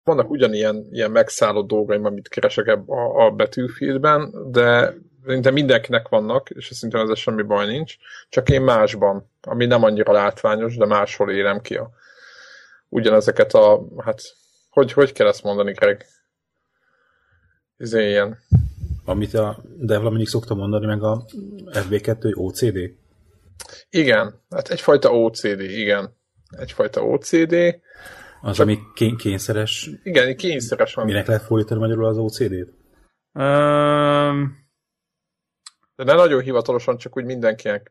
vannak ugyanilyen megszállott dolgaim, amit keresek a Battlefieldben, de szerintem mindenkinek vannak, és szerintem ezzel semmi baj nincs, csak én másban, ami nem annyira látványos, de máshol élem ki ugyanezeket hát hogy kell ezt mondani, Greg? Ez ilyen. Amit a Devla mindig szokta mondani, meg a FB2, hogy OCD? Igen, hát egyfajta OCD, igen. Egyfajta OCD. Az, csak... ami kényszeres? Igen, kényszeres van. Minek lehet fordítani magyarul az OCD-t? De ne nagyon hivatalosan, csak úgy mindenkinek.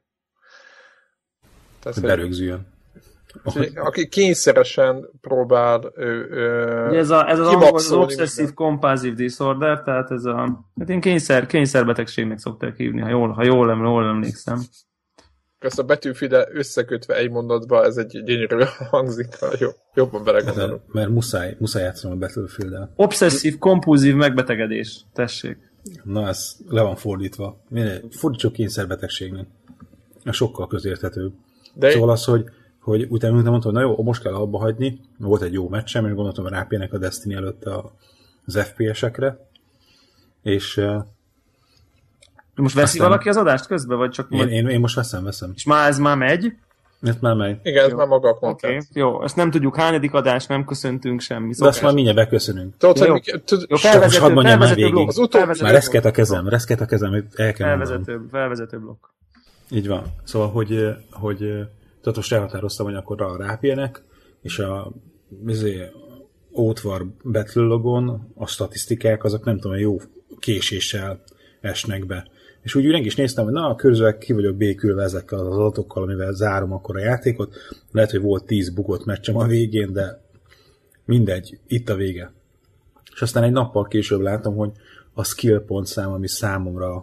Hogy berögzüljön. Aki kényszeresen próbál ez az Obsessive Compulsive Disorder, tehát ez hát én kényszerbetegségnek szokták hívni, ha jól emlékszem. Ezt a betűfide összekötve egy mondatba, ez egy gyönyörű hangzik, jobban belegondolom. Mert muszáj játszom a Battlefield-el. Obsessive Compulsive megbetegedés, tessék. Na, ez le van fordítva. Fordítsuk kényszerbetegségnek. Sokkal közérthetőbb. Szóval az, hogy utána mondtam, hogy na jó, most kell abba hagyni. Volt egy jó meccsem, és gondoltam, hogy rápérnek a Destiny előtt az FPS-ekre. És most veszi valaki az adást közben, vagy csak... Én most veszem. És ez már megy? Ez már megy. Igen, ez már maga a kontent. Okay, jó, ezt nem tudjuk, hányadik adás, nem köszöntünk semmi. De azt már mindjárt beköszönünk. Jó, hadd mondjam már végig. Már reszket a kezem, hogy el kell mondanom. Felvezető blokk. Így van. Szóval, hogy tehát most elhatároztam, hogy akkor rápérnek, és a Outwar Battle logon a statisztikák, azok nem tudom, jó késéssel esnek be. És úgy meg is néztem, hogy na, közben ki vagyok békülve ezekkel az adatokkal, amivel zárom akkor a játékot. Lehet, hogy volt 10 bugott meccsem a végén, de mindegy, itt a vége. És aztán egy nappal később látom, hogy a skill pontszám, ami számomra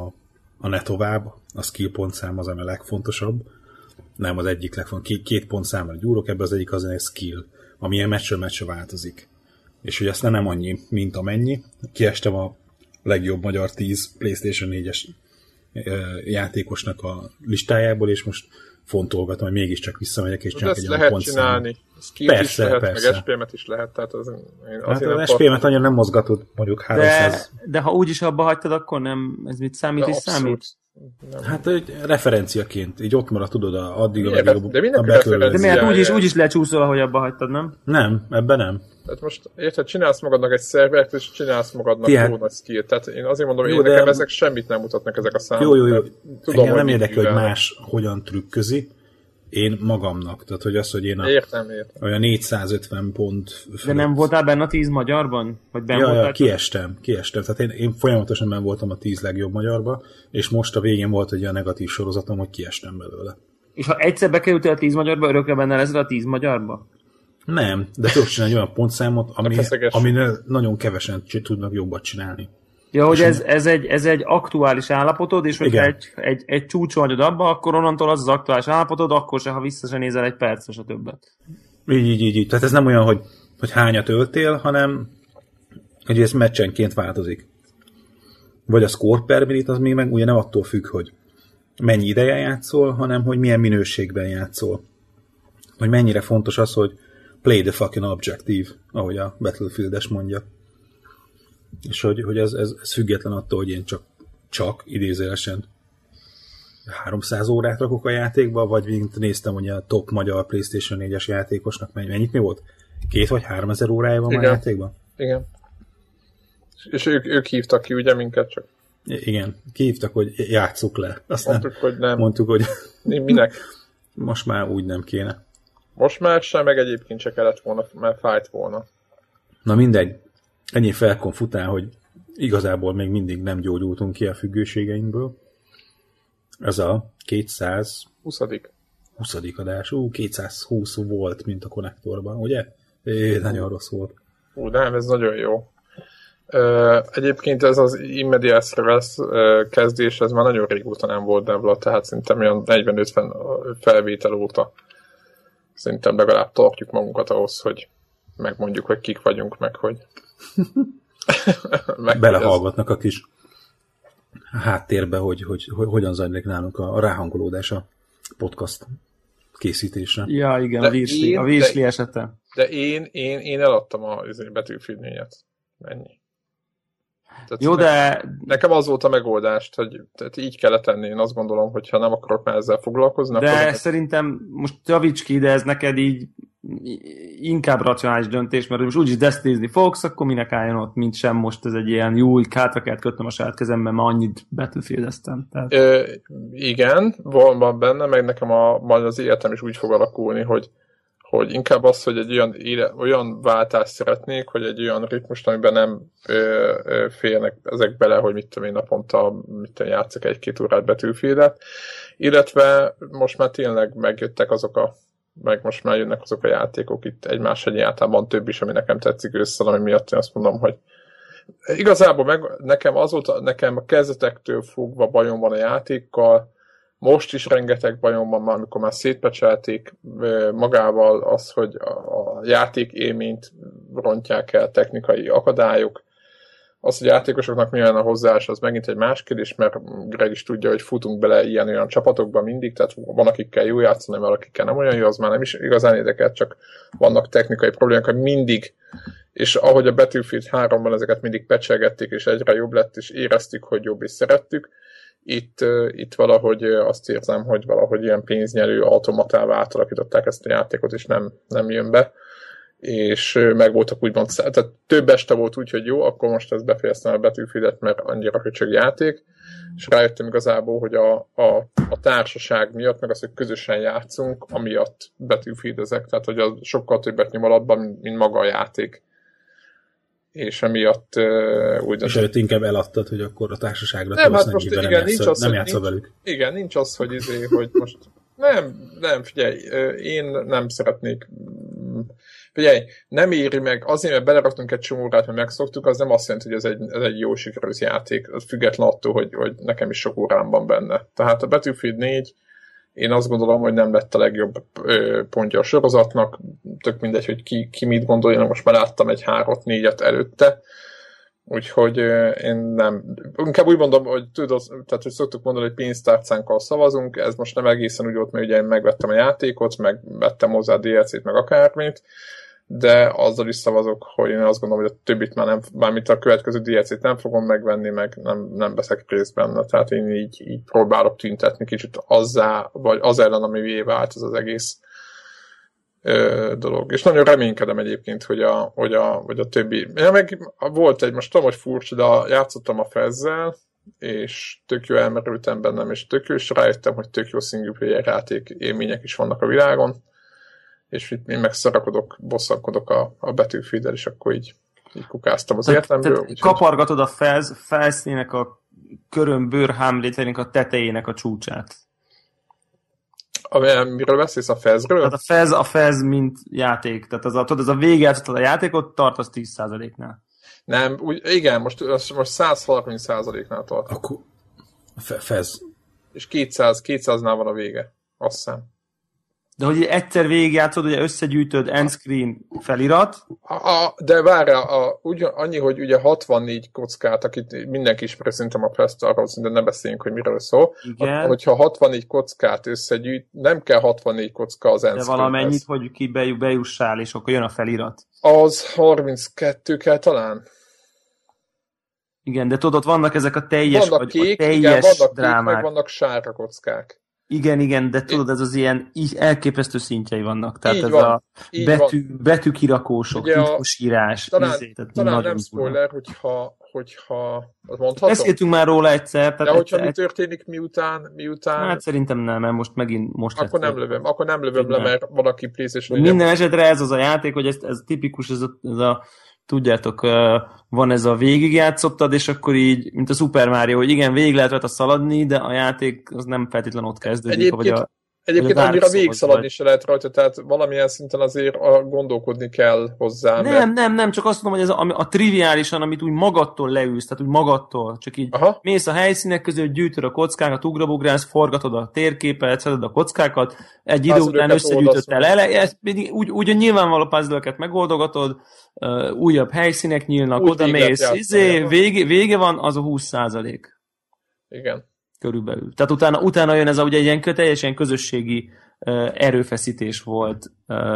a ne tovább, a skill pontszám az, ami a legfontosabb. Nem az egyik legfontosabb. 2 pontszámmal gyúrok, ebben az egyik az egy skill, ami ilyen meccsről meccsre változik. És hogy ezt nem annyi, mint amennyi. Kiestem a legjobb magyar 10 PlayStation 4-es játékosnak a listájából, és most fontolgatom, hogy mégiscsak visszamegyek, és csinálok egy olyan pontszámot. Lehet csinálni. Persze, is lehet, meg SPM-et is lehet. Tehát az SPM-et annyira nem mozgatod, mondjuk 300. De ha úgyis abba hagytad, akkor nem, ez mit számít, és számít? Nem. Hát egy referenciaként, így ott marad, tudod, addig a Battle. De miért úgyis lecsúszol, ahogy abba hagytad, nem? Nem, ebben nem. Tehát most érted, csinálsz magadnak egy szervert, és csinálsz magadnak jó nagy skill. Tehát én azért mondom, hogy nekem ezek semmit nem mutatnak, ezek a számok. Jó. Engem nem érdekel, hogy más hogyan trükközi. Én magamnak. Tehát, hogy az, hogy én értem. olyan 450 pont... Fölött. De nem voltál benne a 10 magyarban? Vagy kiestem. Tehát én folyamatosan benne voltam a 10 legjobb magyarba, és most a végén volt egy olyan negatív sorozatom, hogy kiestem belőle. És ha egyszer bekerültél a 10 magyarba, örökre benne leszel a 10 magyarba? Nem, de tudok csinálni egy olyan pontszámot, aminél nagyon kevesen tudnak jobbat csinálni. Ja, hogy ez egy aktuális állapotod, és hogyha egy csúcson hagyod abba, akkor onnantól az aktuális állapotod, akkor se, ha vissza se nézel egy percre, se többet. Így. Tehát ez nem olyan, hogy hányat öltél, hanem hogy ez meccsenként változik. Vagy a score per minute, az még meg ugye nem attól függ, hogy mennyi ideje játszol, hanem hogy milyen minőségben játszol. Hogy mennyire fontos az, hogy play the fucking objective, ahogy a Battlefield-es mondja. És hogy ez független attól, hogy én csak idézőjelesen 300 órát rakok a játékba, vagy mint néztem, hogy a top magyar PlayStation 4-es játékosnak mennyit mi volt? 2 vagy 3000 órája van a játékban? Igen. És ők hívtak ki ugye minket csak. Igen, kihívtak, hogy játsszuk le. Aztán mondtuk, hogy nem. Mondtuk, hogy minek? Most már úgy nem kéne. Most már sem, meg egyébként se kellett volna, mert fájt volna. Na mindegy. Ennyi felkonfutál, hogy igazából még mindig nem gyógyultunk ki a függőségeinkből. Ez a 220. 20. adás. 220 volt, mint a konnektorban, ugye? Nagyon rossz volt. Nem, ez nagyon jó. Egyébként ez az Immediate Reverse kezdés, ez már nagyon régóta nem volt Devla, tehát szerintem olyan 40-50 felvétel óta szerintem legalább tartjuk magunkat ahhoz, hogy megmondjuk, hogy kik vagyunk, meg hogy belehallgatnak a kis háttérbe, hogy hogyan zajlik nálunk a ráhangolódás a podcast készítésre. Ja, igen, a Virsli esete. De én eladtam a Battlefield 4-et. Ennyi. Tehát jó, de... Nekem az volt a megoldást, hogy tehát így kellett tenni. Én azt gondolom, hogy ha nem akarok már ezzel foglalkozni... De szerintem, most javíts ki, de ez neked így inkább racionális döntés, mert most úgyis desztízni fogsz, akkor minek álljon ott, mint sem most ez egy ilyen jó, így kátra kellett kötnöm a saját kezemben, mert annyit Battlefield-eztem. Tehát... Igen, van benne, meg nekem majd az életem is úgy fog alakulni, hogy inkább az, hogy egy olyan váltást szeretnék, hogy egy olyan ritmust, amiben nem férnek ezek bele, hogy mit tudom én naponta játszok 1-2 órát Battlefieldet, illetve most már tényleg megjöttek meg most már jönnek azok a játékok itt egymás egyáltalán több is, ami nekem tetszik össze, ami miatt én azt mondom, hogy igazából nekem a kezdetektől fogva bajom van a játékkal, most is rengeteg bajom van már, amikor már szétpecselték magával az, hogy a játék élményt rontják el technikai akadályok. Az, hogy játékosoknak milyen a hozzáállás, az megint egy más kérdés, mert Greg is tudja, hogy futunk bele ilyen-olyan csapatokban mindig, tehát van, akikkel jó játszani, van, akikkel nem olyan jó, az már nem is igazán érdekel, csak vannak technikai problémák, hogy mindig, és ahogy a Battlefield 3-ban ezeket mindig pecselgették, és egyre jobb lett, és éreztük, hogy jobb, és szerettük, itt valahogy azt érzem, hogy valahogy ilyen pénznyerő automatává átalakították ezt a játékot, és nem jön be. És meg voltak úgymond, tehát több este volt úgy, hogy jó, akkor most ezt befejeztem a Battlefieldet, mert annyira köcsög játék, és rájöttem igazából, hogy a társaság miatt, meg az, hogy közösen játszunk, amiatt Battlefield-ezek, tehát hogy az sokkal többet nyom alatban, mint maga a játék. És emiatt úgy... És előtt inkább eladtad, hogy akkor a társaságra nem, hát most igen, nem játszol velük. Igen, nincs az, hogy most nem, figyelj, én nem szeretnék. Figyelj, nem éri meg, azért, mert beleraktunk egy csomó órát, mert megszoktuk, az nem azt jelenti, hogy ez egy jó sikerült játék, független attól, hogy nekem is sok órám van benne. Tehát a Battlefield 4, én azt gondolom, hogy nem lett a legjobb pontja a sorozatnak, tök mindegy, hogy ki mit gondol, én most már láttam egy 3-4-et előtte, úgyhogy én nem, inkább úgy mondom, hogy tudod, tehát hogy szoktuk mondani, hogy pénztárcánkkal szavazunk, ez most nem egészen úgy volt, mert ugye én megvettem a játékot, meg vettem hozzá a DLC-t, meg akármit, de azzal is szavazok, hogy én azt gondolom, hogy a többit már nem, mármint a következő DLC-t nem fogom megvenni, meg nem veszek részt benne, tehát én így próbálok tüntetni kicsit azzá, vagy az ellen, amivé vált ez az egész dolog. És nagyon reménykedem egyébként, hogy a többi... Ja, meg volt egy, most tudom, hogy furcsa, de játszottam a Fezzel, és tök jó elmerültem bennem, és tök jó, és rájöttem, hogy tök jó single player játék élmények is vannak a világon, és itt én meg szarakodok, bosszankodok a Battlefield-el, és akkor így kukáztam az értelemből. Kapargatod a felszínek a körömbőr hámlétlenek a tetejének a csúcsát. Miről beszélsz, a Fezről? Tehát a Fez mint játék. Tehát az a végigjátszottad a játékot, tartasz 10%-nál. Nem, igen, most 130%-nál tart. Akkor Fez. És 200-nál van a vége, azt hiszem. De hogy egyszer végigjátszod, ugye összegyűjtöd endscreen felirat. De várjál, annyi, hogy ugye 64 kockát, akit mindenki ismeri szerintem a Fest, arról szinte ne beszéljünk, hogy miről szól. Igen. Hogyha 64 kockát összegyűjt, nem kell 64 kocka az endscreen. De valamennyit, hogy ki bejussál, és akkor jön a felirat. Az 32 kell talán. Igen, de tudod, vannak ezek a teljes, vannak kék, teljes igen, vannak drámák. Kék, meg vannak sárga kockák. Igen, de tudod, ez az ilyen így elképesztő szintjei vannak. Tehát így ez van, a betűkirakósok, titkosírás. Talán nem spoiler, hogyha mondhatom? Beszéltünk már róla egyszer. De hogyha mi történik miután... Hát szerintem nem, mert most akkor nem lövöm le, mert valaki PlayStation... Minden esetre ez az a játék, hogy ez tipikus, ez a tudjátok, van ez a végigjátszottad, és akkor így, mint a Super Mario, hogy igen, végig lehet rajta szaladni, de a játék az nem feltétlenül ott kezdődik. Egyébként annyira végigszaladni se lehet rajta, tehát valamilyen szinten azért gondolkodni kell hozzá. Nem, csak azt mondom, hogy ez a triviálisan, amit úgy magadtól leülsz, tehát úgy magadtól, csak így mész a helyszínek között, gyűjtöd a kockákat, ugrabugrálsz, forgatod a térképet, szeded a kockákat, egy idő után összegyűjtöttel úgy nyilvánvaló puzzle-öket megoldogatod, újabb helyszínek nyílnak, oda mész, vége van, az a 20%. Igen. Körülbelül. Tehát utána jön ez ugye egy ilyen teljesen közösségi erőfeszítés volt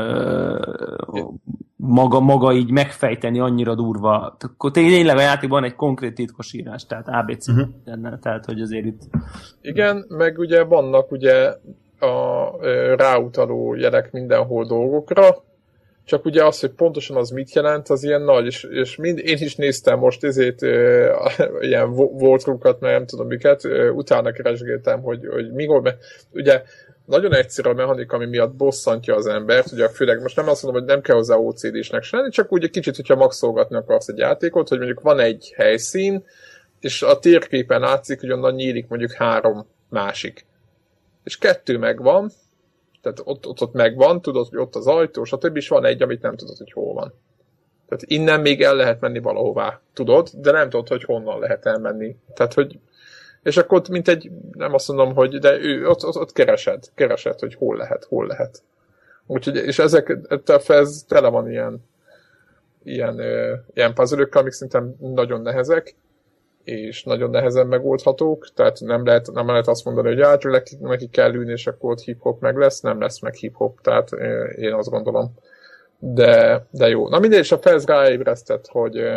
maga így megfejteni annyira durva. Akkor tényleg a játékban egy konkrét titkosírás, tehát ABC. Tehát, hogy azért itt... Igen, meg ugye vannak ugye a ráutaló jelek mindenhol dolgokra, csak ugye az, hogy pontosan az mit jelent, az ilyen nagy, és én is néztem most ilyen walkthrough-kat, mert nem tudom miket, utána keresgéltem, hogy mikor, mert ugye nagyon egyszerű a mechanika, ami miatt bosszantja az embert, ugye főleg most nem azt mondom, hogy nem kell hozzá OCD-snek se lenni, csak úgy egy kicsit, hogyha maxolgatni akarsz egy játékot, hogy mondjuk van egy helyszín, és a térképen látszik, hogy onnan nyílik mondjuk 3 másik. És 2 megvan, tehát ott megvan, tudod, hogy ott az ajtó, stb. És van egy, amit nem tudod, hogy hol van. Tehát innen még el lehet menni valahová, tudod, de nem tudod, hogy honnan lehet elmenni. Tehát, hogy és akkor ott mint egy, nem azt mondom, hogy de ott keresed, hogy hol lehet. Úgyhogy, és ez tele van ilyen puzzle-ökkel, amik szerintem nagyon nehezek, és nagyon nehezen megoldhatók, tehát nem lehet azt mondani, hogy neki kell ülni, és akkor ott hip-hop meg lesz, nem lesz meg hip-hop, tehát én azt gondolom. De jó. Na mindegy, és a Fez ráébresztett, hogy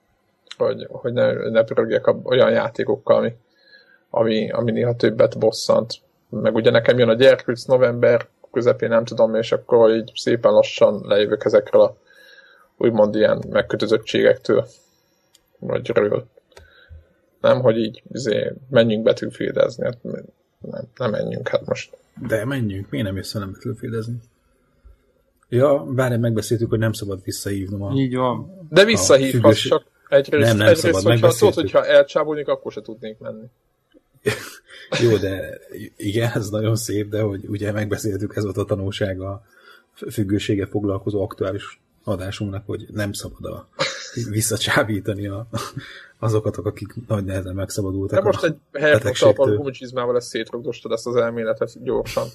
ne pörögjek olyan játékokkal, ami néha többet bosszant. Meg ugye nekem jön a Gyerkőc november közepén, nem tudom, és akkor így szépen lassan lejövök ezekről a úgymond ilyen megkötözöttségektől, vagy ről. Nem, hogy így menjünk Battlefieldezni, hát nem menjünk hát most. De menjünk, miért nem jössz el Battlefieldezni? Ja, bár megbeszéltük, hogy nem szabad visszahívnom így van. De visszahívhatsz, csak egyrészt, nem szabad, hogyha elcsábulnék, akkor se tudnék menni. Jó, de igen, ez nagyon szép, de hogy ugye megbeszéltük, ez volt a tanulsága a függőséggel foglalkozó aktuális adásunknak, hogy nem szabad visszacsábítani azokat, akik nagy nehezen megszabadultak. De most egy helyet gumicsizmával ezt szétrugdostad ezt az elméletet gyorsan.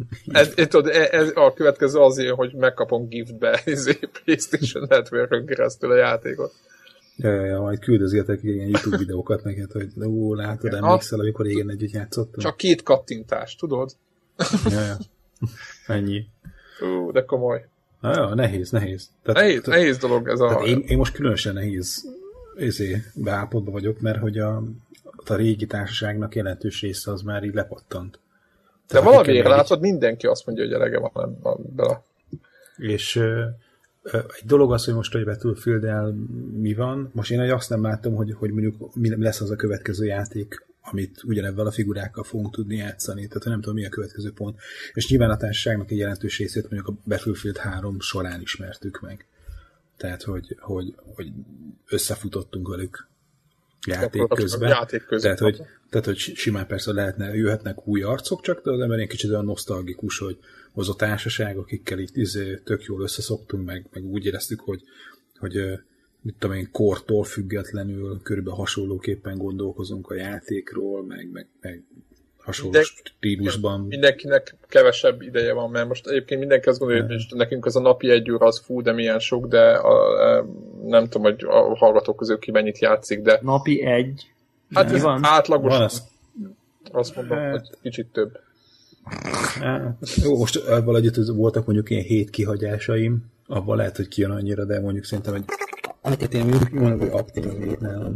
A következő azért, hogy megkapom giftbe PlayStation Network-ön keresztül a játékot. Ja, majd küldözgetek ilyen YouTube videókat neked, hogy látod, emlékszel, amikor régen együtt játszottam? Csak 2 kattintás, tudod? Ja. Ennyi. De komoly. Ja, nehéz. Nehéz dolog ez a... Én most különösen nehéz beállapotban vagyok, mert hogy a régi társaságnak jelentős része az már így lepattant. De valamiért látod, mindenki azt mondja, hogy elege van bele. És egy dolog az, hogy most, hogy Battlefield-el mi van. Most én azt nem látom, hogy mondjuk mi lesz az a következő játék, amit ugyanebben a figurákkal fogunk tudni játszani. Tehát nem tudom, mi a következő pont. És nyilván a társaságnak egy jelentős részét mondjuk a Battlefield 3 során ismertük meg. Tehát, hogy összefutottunk velük játék közben. Tehát, hogy simán persze jöhetnek új arcok, csak az ember egy kicsit olyan nosztalgikus, hogy az a társaság, akikkel itt tök jól összeszoktunk, meg úgy éreztük, hogy mit tudom én, kortól függetlenül körülbelül hasonlóképpen gondolkozunk a játékról, meg hasonló stílusban. Mindenkinek kevesebb ideje van, mert most egyébként mindenki azt gondolja, hogy nekünk az a napi 1 óra az fú, de milyen sok, de nem tudom, hogy a hallgatók közül ki mennyit játszik, de... Napi 1? Hát ez átlagosan. Azt mondom, hogy kicsit több. Jó, most abban együtt voltak mondjuk ilyen 7 kihagyásaim, abban lehet, hogy kijön annyira, de mondjuk szerintem, hogy amiket én mondjuk, hogy aktív nálam.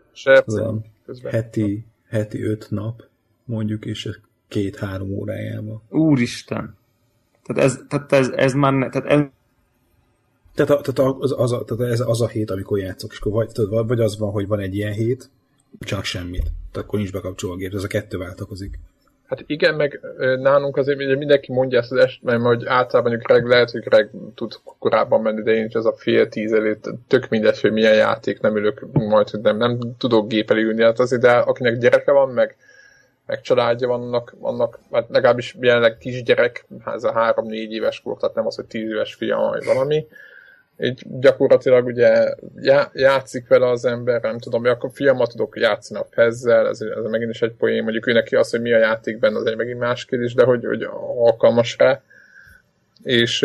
Heti 5 nap, mondjuk, és 2-3 órájában. Úristen! Tehát ez már... Tehát ez az a hét, amikor játszok, és akkor vagy az van, hogy van egy ilyen hét, csak semmit. Tehát akkor nincs bekapcsolva a gép, ez a 2 váltakozik. Hát igen, meg nálunk azért ugye mindenki mondja ezt az esetben, hogy általában lehet, hogy Greg tud korábban menni, de én is az a fél 10 előtt tök mindegy, hogy milyen játék, nem ülök majd, hogy nem tudok gép elé ülni. Hát azért, de akinek gyereke van, meg családja van, annak hát legalábbis jelenleg kisgyerek, ez a 3-4 éves kor, tehát nem az, hogy 10 éves fiam, vagy valami. Így gyakorlatilag ugye játszik vele az ember, nem tudom, akkor fiammal tudok játszani a Fezzel, ez megint is egy poén, mondjuk ő neki az, hogy mi a játékben, az egy megint más kérdés, de hogy alkalmas rá. És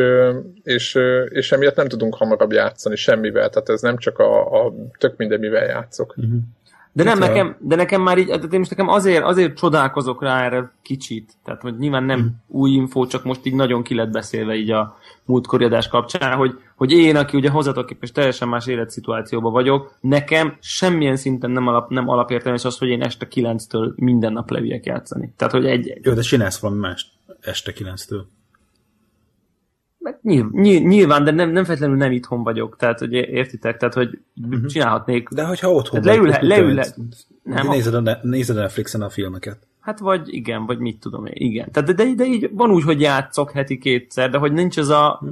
emiatt nem tudunk hamarabb játszani semmivel, tehát ez nem csak a tök minden, mivel játszok. De nekem már így, de most nekem azért csodálkozok rá erre kicsit. Tehát, hogy nyilván nem új infó, csak most így nagyon ki lett beszélve így a múltkori adás kapcsán, hogy én, aki ugye hozzátok képest teljesen más életszituációban vagyok, nekem semmilyen szinten nem alapértelmes az, hogy én este 9-től minden nap leviek játszani. Tehát, hogy Jó, de csinálsz valami más este 9-től. Nyilván, de nem feltétlenül nem itthon vagyok, tehát, hogy értitek, tehát, hogy csinálhatnék. De hogyha otthon nézed a Netflixen a filmeket. Hát vagy igen, vagy mit tudom én, igen. Tehát, de így van úgy, hogy játszok heti 2-szer, de hogy nincs ez a...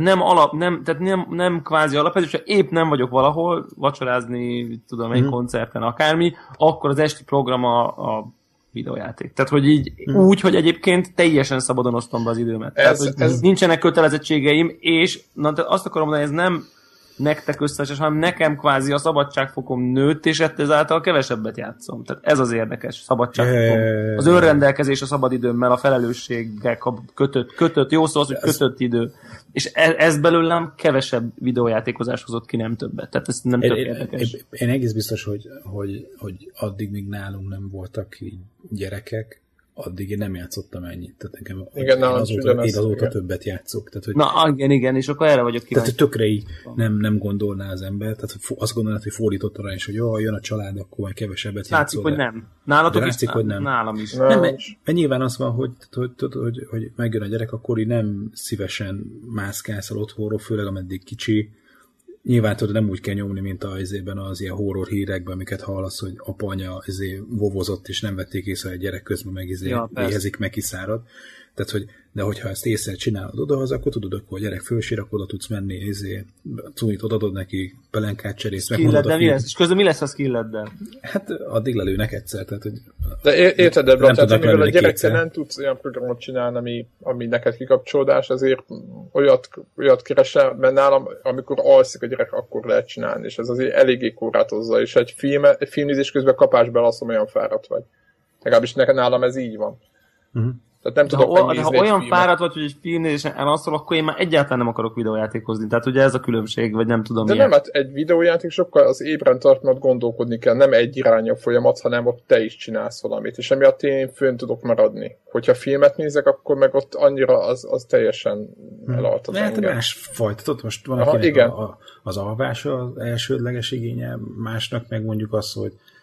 Tehát nem kvázi alapvető, és ha épp nem vagyok valahol vacsorázni, tudom én, koncerten, akármi, akkor az esti program a videójáték. Tehát, hogy így úgy, hogy egyébként teljesen szabadon osztom be az időmet. Tehát, nincsenek kötelezettségeim, és azt akarom mondani, ez nem nektek összes, hanem nekem kvázi a szabadságfokom nőtt, és ezáltal kevesebbet játszom. Tehát ez az érdekes szabadságfokom. Az önrendelkezés a szabadidőmmel, a felelősséggel kötött, jó szó az, hogy kötött idő. És ez belőlem kevesebb videójátékozás hozott ki, nem többet. Tehát ez nem több érdekes. Én egész biztos, hogy addig, míg nálunk nem voltak gyerekek, addig én nem játszottam ennyit. Tehát nekem én azóta többet játszok. Tehát, hogy, igen, és akkor erre vagyok kíváncsi. Tehát tökre így nem gondolná az ember, tehát azt gondolnád, hogy fordított arra is, hogy jön a család, akkor majd kevesebbet játszol. Látszik, hogy nem. Nálatok látszik, hogy nem. Nálam is. Mert nyilván az van, hogy megjön a gyerek, akkor így nem szívesen mászkálsz el otthonról, főleg ameddig kicsi. Nyilván tudod, nem úgy kell nyomni, mint az ilyen horror hírekben, amiket hallasz, hogy apa-anya vovozott, és nem vették észre, hogy a gyerek közben meg éhezik, meg kiszárad. Tehát, de hogyha ezt észre csinálod odahaza, akkor tudod, akkor a gyerek fölsér, akkor oda tudsz menni, cunit odadod neki, pelenkát cserélsz, megmondod a film. És közben mi lesz a skilleddel? Hát addig lelőnek egyszer. Tehát, hogy de érted, de mivel a gyerekkel nem tudsz olyan programot csinálni, ami neked kikapcsolódás, azért olyat keresel, mert nálam, amikor alszik a gyerek, akkor lehet csinálni, és ez azért eléggé korlátozza, és egy filmnézés közben kapásba laszom, olyan fáradt vagy. Legalábbis nálam ez így van. Tehát nem tudok ha olyan fáradt vagy, hogy egy filmnézésen elaszol, akkor én már egyáltalán nem akarok videójátékozni. Tehát ugye ez a különbség, vagy nem tudom. De nem, hát egy videójáték sokkal az ébren tartmat gondolkodni kell, nem egy irányú folyamat, hanem ott te is csinálsz valamit, és emiatt én fönn tudok maradni. Hogyha filmet nézek, akkor meg ott annyira az teljesen elalt az engem. Hát másfajta, tudod, most van akinek az alvás az elsődleges igénye, másnak meg mondjuk az,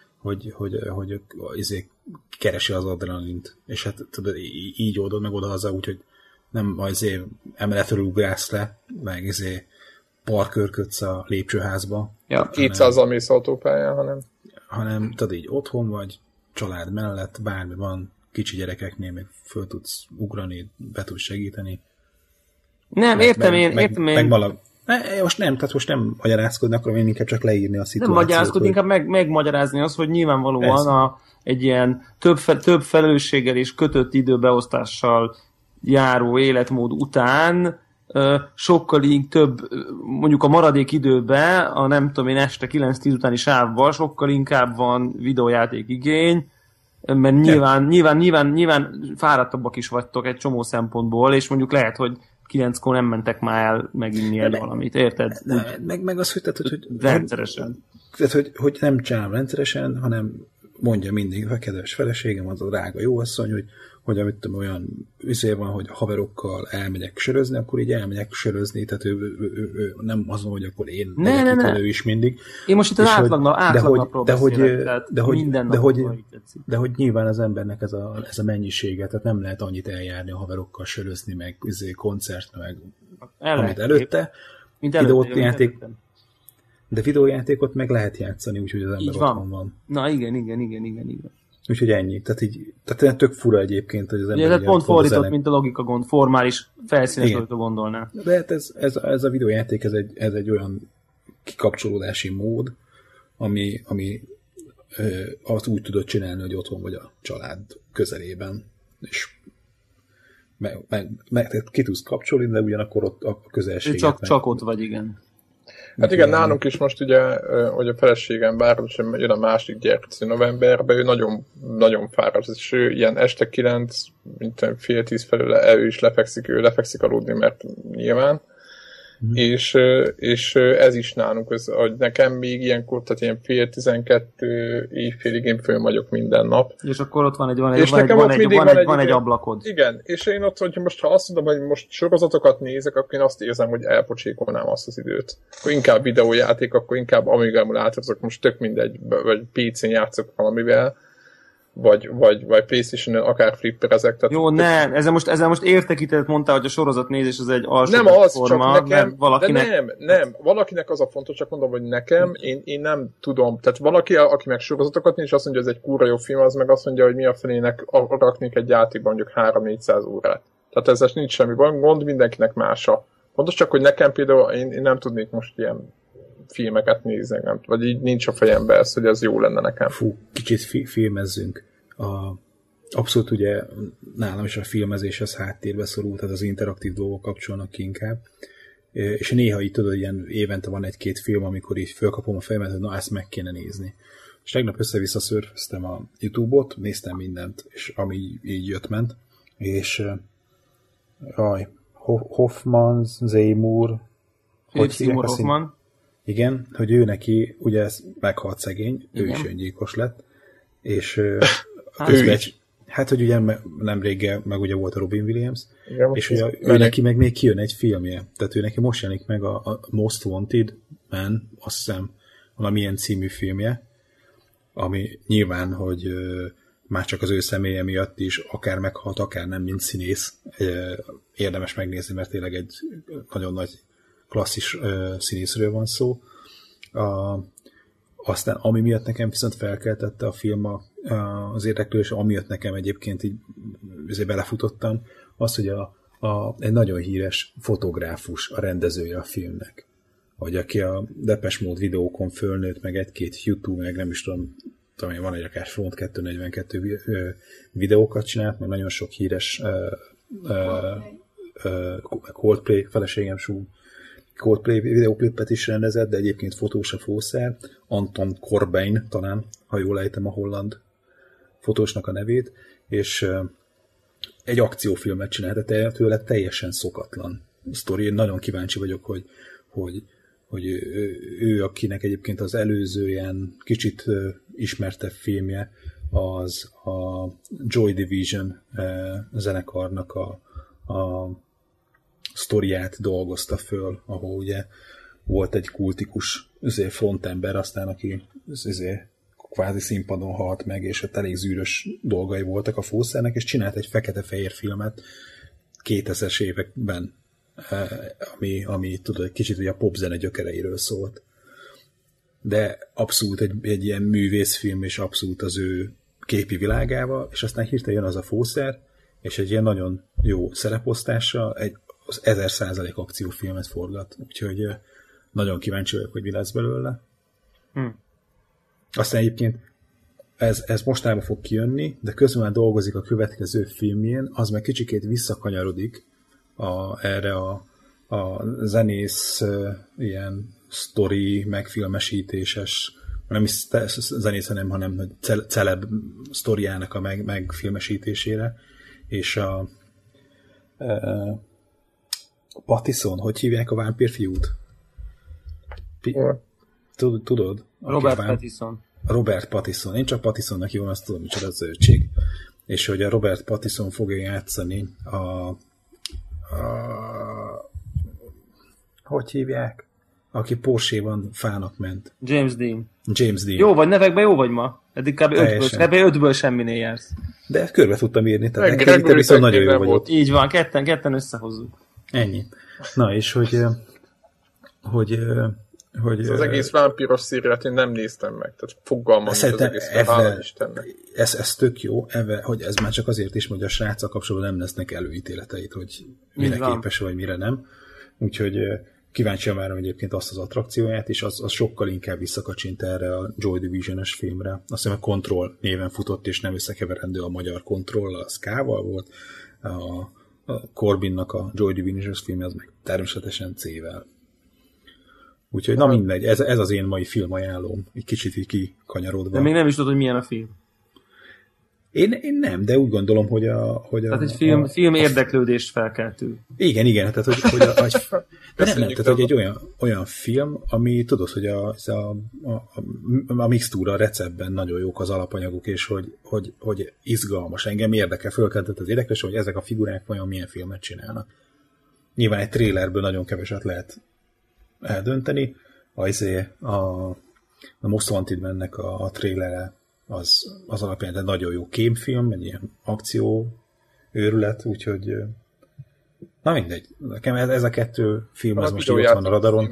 hogy keresi az adrenalint. És hát tudod, így oldod meg odahaza, úgyhogy nem azért emeletről ugrálsz le, meg parkörködsz a lépcsőházba. Ja, 200-al mész autópályán, hanem tudod, így otthon vagy, család mellett, bármi van, kicsi gyerekeknél még föl tudsz ugrani, be tudsz segíteni. Nem, értem én. Most nem magyarázkodni, akarom én inkább csak leírni a szituációt. Nem magyarázkodni, inkább megmagyarázni azt, hogy nyilvánvalóan egy ilyen több felelősséggel és kötött időbeosztással járó életmód után sokkal több, mondjuk a maradék időben, a nem tudom én este 9-10 utáni sávban sokkal inkább van videójáték igény, mert nyilván fáradtabbak is vagytok egy csomó szempontból, és mondjuk lehet, hogy 9-kor nem mentek már el meginni valamit, érted? Meg az, hogy rendszeresen. Tehát, hogy nem csinálom rendszeresen, hanem mondja mindig a kedves feleségem, az a drága jóasszony, hogy amit tudom, olyan van, hogy haverokkal elmegyek sörözni, akkor így elmegyek sörözni, tehát ő nem azon, hogy akkor én megyek itt elő is mindig. Én most itt az átlagnapról beszélek, de hogy nyilván az embernek ez a mennyisége, tehát nem lehet annyit eljárni a haverokkal sörözni, meg koncert, meg amit előtte. De videójátékot meg lehet játszani, úgyhogy az ember otthon van. Na igen. Úgyhogy ennyi. Tehát tök fura egyébként, hogy az ember... Ez pont fordított, mint a logika gond, formális felszínes gondolná. De hát ez a videójáték, ez egy olyan kikapcsolódási mód, ami azt úgy tudod csinálni, hogy otthon vagy a család közelében, és meg ki tudsz kapcsolni, de ugyanakkor ott a közelséget... Csak ott vagy, igen. Hát igen, nálunk is most ugye, hogy a feleségem bármilyen jön a másik gyerek novemberben, ő nagyon, nagyon fáradt, és ő ilyen este 9, mint fél 10 felől ő is lefekszik aludni, mert nyilván. és ez is nálunk, hogy nekem még ilyenkor, tehát ilyen fél 12 éjfélig én fönn vagyok minden nap. És akkor ott van egy ablakod. Igen, és én ott, hogyha most ha azt mondom, hogy most sorozatokat nézek, akkor én azt érzem, hogy elpocsékolnám azt az időt. Akkor inkább videójáték, akkor inkább Amiga-mul átozok, most tök mindegy, vagy PC-n játszok valamivel, vagy PlayStation-en akár flipperezek. Jó, nem, ezzel most értekítetet mondtál, hogy a sorozatnézés az egy alsó nem az, forma, csak nekem, valakinek... nem, valakinek az a fontos, csak mondom, hogy nekem, én nem tudom, tehát valaki, aki meg sorozatokat néz, és azt mondja, hogy ez egy kurva jó film, az meg azt mondja, hogy mi a felének raknék egy játékban mondjuk 3-400 órát. Tehát ezzel nincs semmi gond, mindenkinek más a. Fontos csak, hogy nekem például én nem tudnék most ilyen filmeket nézni, nem, vagy így nincs a fejemben ez, hogy ez jó lenne nekem. Fú, kicsit filmezzünk. Abszolút ugye nálam is a filmezés az háttérbe szorult, tehát az interaktív dolgok kapcsolnak ki inkább. És néha így tudod, ilyen évente van egy-két film, amikor így fölkapom a fejemet, hogy na, ezt meg kéne nézni. És tegnap össze-vissza szörföztem a YouTube-ot, néztem mindent, és ami így jött-ment. És Hoffman, Seymour, Seymour Hoffman. Igen, hogy ő neki, ugye meghalt szegény, igen. Ő is öngyilkos lett, és hát, hogy ugye nemrég meg ugye volt a Robin Williams, igen, és ugye ő neki meg még kijön egy filmje, tehát ő neki most jelenik meg a Most Wanted Man, azt hiszem, valamilyen című filmje, ami nyilván, hogy már csak az ő személye miatt is akár meghalt, akár nem, mint színész, érdemes megnézni, mert tényleg egy nagyon nagy klasszis színészről van szó. Aztán ami miatt nekem viszont felkeltette a film az érdeklődés, amiatt nekem egyébként így belefutottam, az, hogy egy nagyon híres fotográfus a rendezője a filmnek. Vagy aki a Depeche Mode videókon fölnőtt, meg egy-két YouTube, meg nem is tudom, van egy akár Front 242 videókat csinált, meg nagyon sok híres Coldplay, feleségem Coldplay videóklipet is rendezett, de egyébként fotós a fószer, Anton Corbijn talán, ha jól ejtem a holland fotósnak a nevét, és egy akciófilmet csinált, de tőle teljesen szokatlan sztori. Én nagyon kíváncsi vagyok, hogy ő, akinek egyébként az előző ilyen kicsit ismertebb filmje, az a Joy Division zenekarnak a sztoriát dolgozta föl, ahol ugye volt egy kultikus frontember, aztán aki kvázi színpadon halt meg, és ott elég zűrös dolgai voltak a fószernek, és csinált egy fekete-fehér filmet 2000-es években, ami tudod, egy kicsit ugye a popzene gyökereiről szólt. De abszolút egy ilyen művészfilm, és abszolút az ő képi világával, és aztán hirtelen jön az a fószer, és egy ilyen nagyon jó szereposztással az 1000% akciófilmet forgat, úgyhogy nagyon kíváncsi vagyok, hogy mi lesz belőle. Aztán egyébként ez mostában fog kijönni, de közben már dolgozik a következő filmjén, az meg kicsikét visszakanyarodik erre a zenész ilyen sztori, megfilmesítéses, nem is zenész, hanem celeb sztoriának a megfilmesítésére, és a Pattison, hogy hívják a vámpírfiút? Tudod? Robert Pattinson. Robert Pattinson. Én csak Pattisonnak hívom, azt tudom, micsoda az zöldség. És hogy a Robert Pattinson fogja játszani hogy hívják? Aki Porsche-ban fának ment. James Dean. Jó vagy, nevekben jó vagy ma. Eddig kb. 5-ből semminél jársz. De körbe tudtam írni, tehát neked itt viszont nagyon jó vagyok. Így van, ketten összehozzuk. Ennyi. Na, és hogy az egész vámpíros szériát én nem néztem meg, tehát fogalmam, hogy az egész hála Istennek. Ez tök jó, hogy ez már csak azért is, hogy a sráccal kapcsolatban nem lesznek előítéleteit, hogy mire képes vagy, mire nem. Úgyhogy kíváncsian várom egyébként azt az attrakcióját, és az sokkal inkább visszakacsint erre a Joy Division-es filmre. Azt hiszem, a Control néven futott, és nem összekeverendő a magyar Control, a Ska-val volt, a Corbinnak a Joy Division-es filmje, az meg természetesen C-vel. Úgyhogy na mindegy, ez az én mai filmajánlóm, egy kicsit így kikanyarodva. De még nem is tudod, hogy milyen a film. Én nem, de úgy gondolom, hogy tehát egy film érdeklődést felkeltő. Igen, tehát hogy egy olyan film, ami tudod, hogy a mixtúra, a receptben nagyon jók az alapanyagok, és hogy izgalmas. Engem érdekel, fölkeltett az érdeklődés, hogy ezek a figurák vajon milyen filmet csinálnak. Nyilván egy trailerből nagyon keveset lehet eldönteni. A Most Wanted mennek a trailere az alapján egy nagyon jó kémfilm, egy ilyen akció őrület, úgyhogy na mindegy. Nekem ez a kettő film az most ott van a radaron.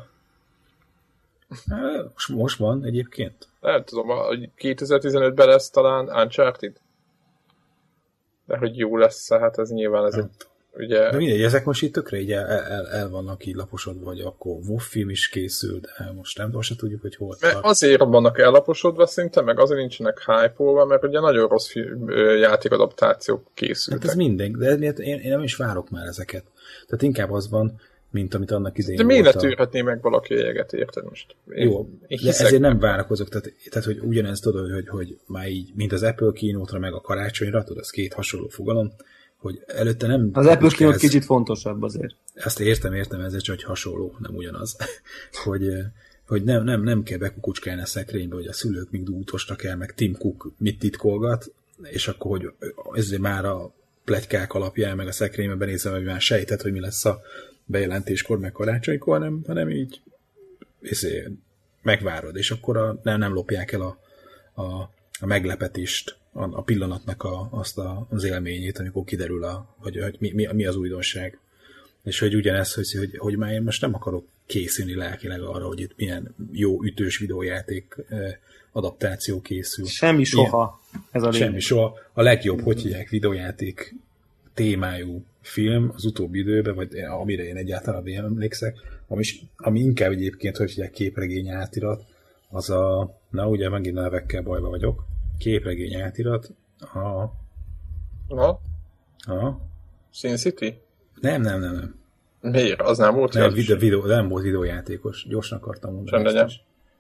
Most van egyébként? Nem tudom, 2015-ben lesz talán Uncharted. De hogy jó lesz, hát ez nyilván ez egy ugye... De mindegy, ezek most itt tökre így el vannak így laposodva, vagy akkor WoW film is készül, de most nem se tudjuk, hogy hol. Mert azért vannak ellaposodva szinte, meg azért nincsenek hype-olva, mert ugye nagyon rossz játékadaptációk készültek. Hát ez minden, de én nem is várok már ezeket. Tehát inkább az van, mint amit annak idején de miért ne tűrhetné meg valaki a jeget, érted most? Jó, de ezért nem várakozok, tehát hogy ugyanezt tudod, hogy már így, mint az Apple keynote-ra, meg a karácsonyra, tudod, az két hasonló fogalom, hogy előtte nem... Az Apple keynote kicsit fontosabb azért. Ezt értem, ezért csak, hogy hasonló, nem ugyanaz. hogy nem kell bekukucskálni a szekrénybe, hogy a szülők még dútostak el, meg Tim Cook mit titkolgat, és akkor, hogy ezért már a pletykák alapján, meg a szekrénybe benézem, hogy már sejtett, hogy mi lesz a bejelentéskor, meg karácsonykor, hanem így megvárod, és akkor nem lopják el a meglepetést, a pillanatnak azt az élményét, amikor kiderül, hogy mi az újdonság. És hogy ugyanez, hogy már én most nem akarok készülni lelkileg arra, hogy itt milyen jó ütős videójáték adaptáció készül. Semmi soha. Ez a semmi soha. A legjobb, hogy hívják, videójáték témájú film az utóbbi időben, vagy amire én egyáltalán emlékszek, ami inkább egyébként, hogy hívják, képregény átirat, az na ugye megint nevekkel bajba vagyok, képregény átirat, Sin City? Nem. Miért? Az nem volt? Nem volt videójátékos. Gyorsan akartam mondani. Csendegyen.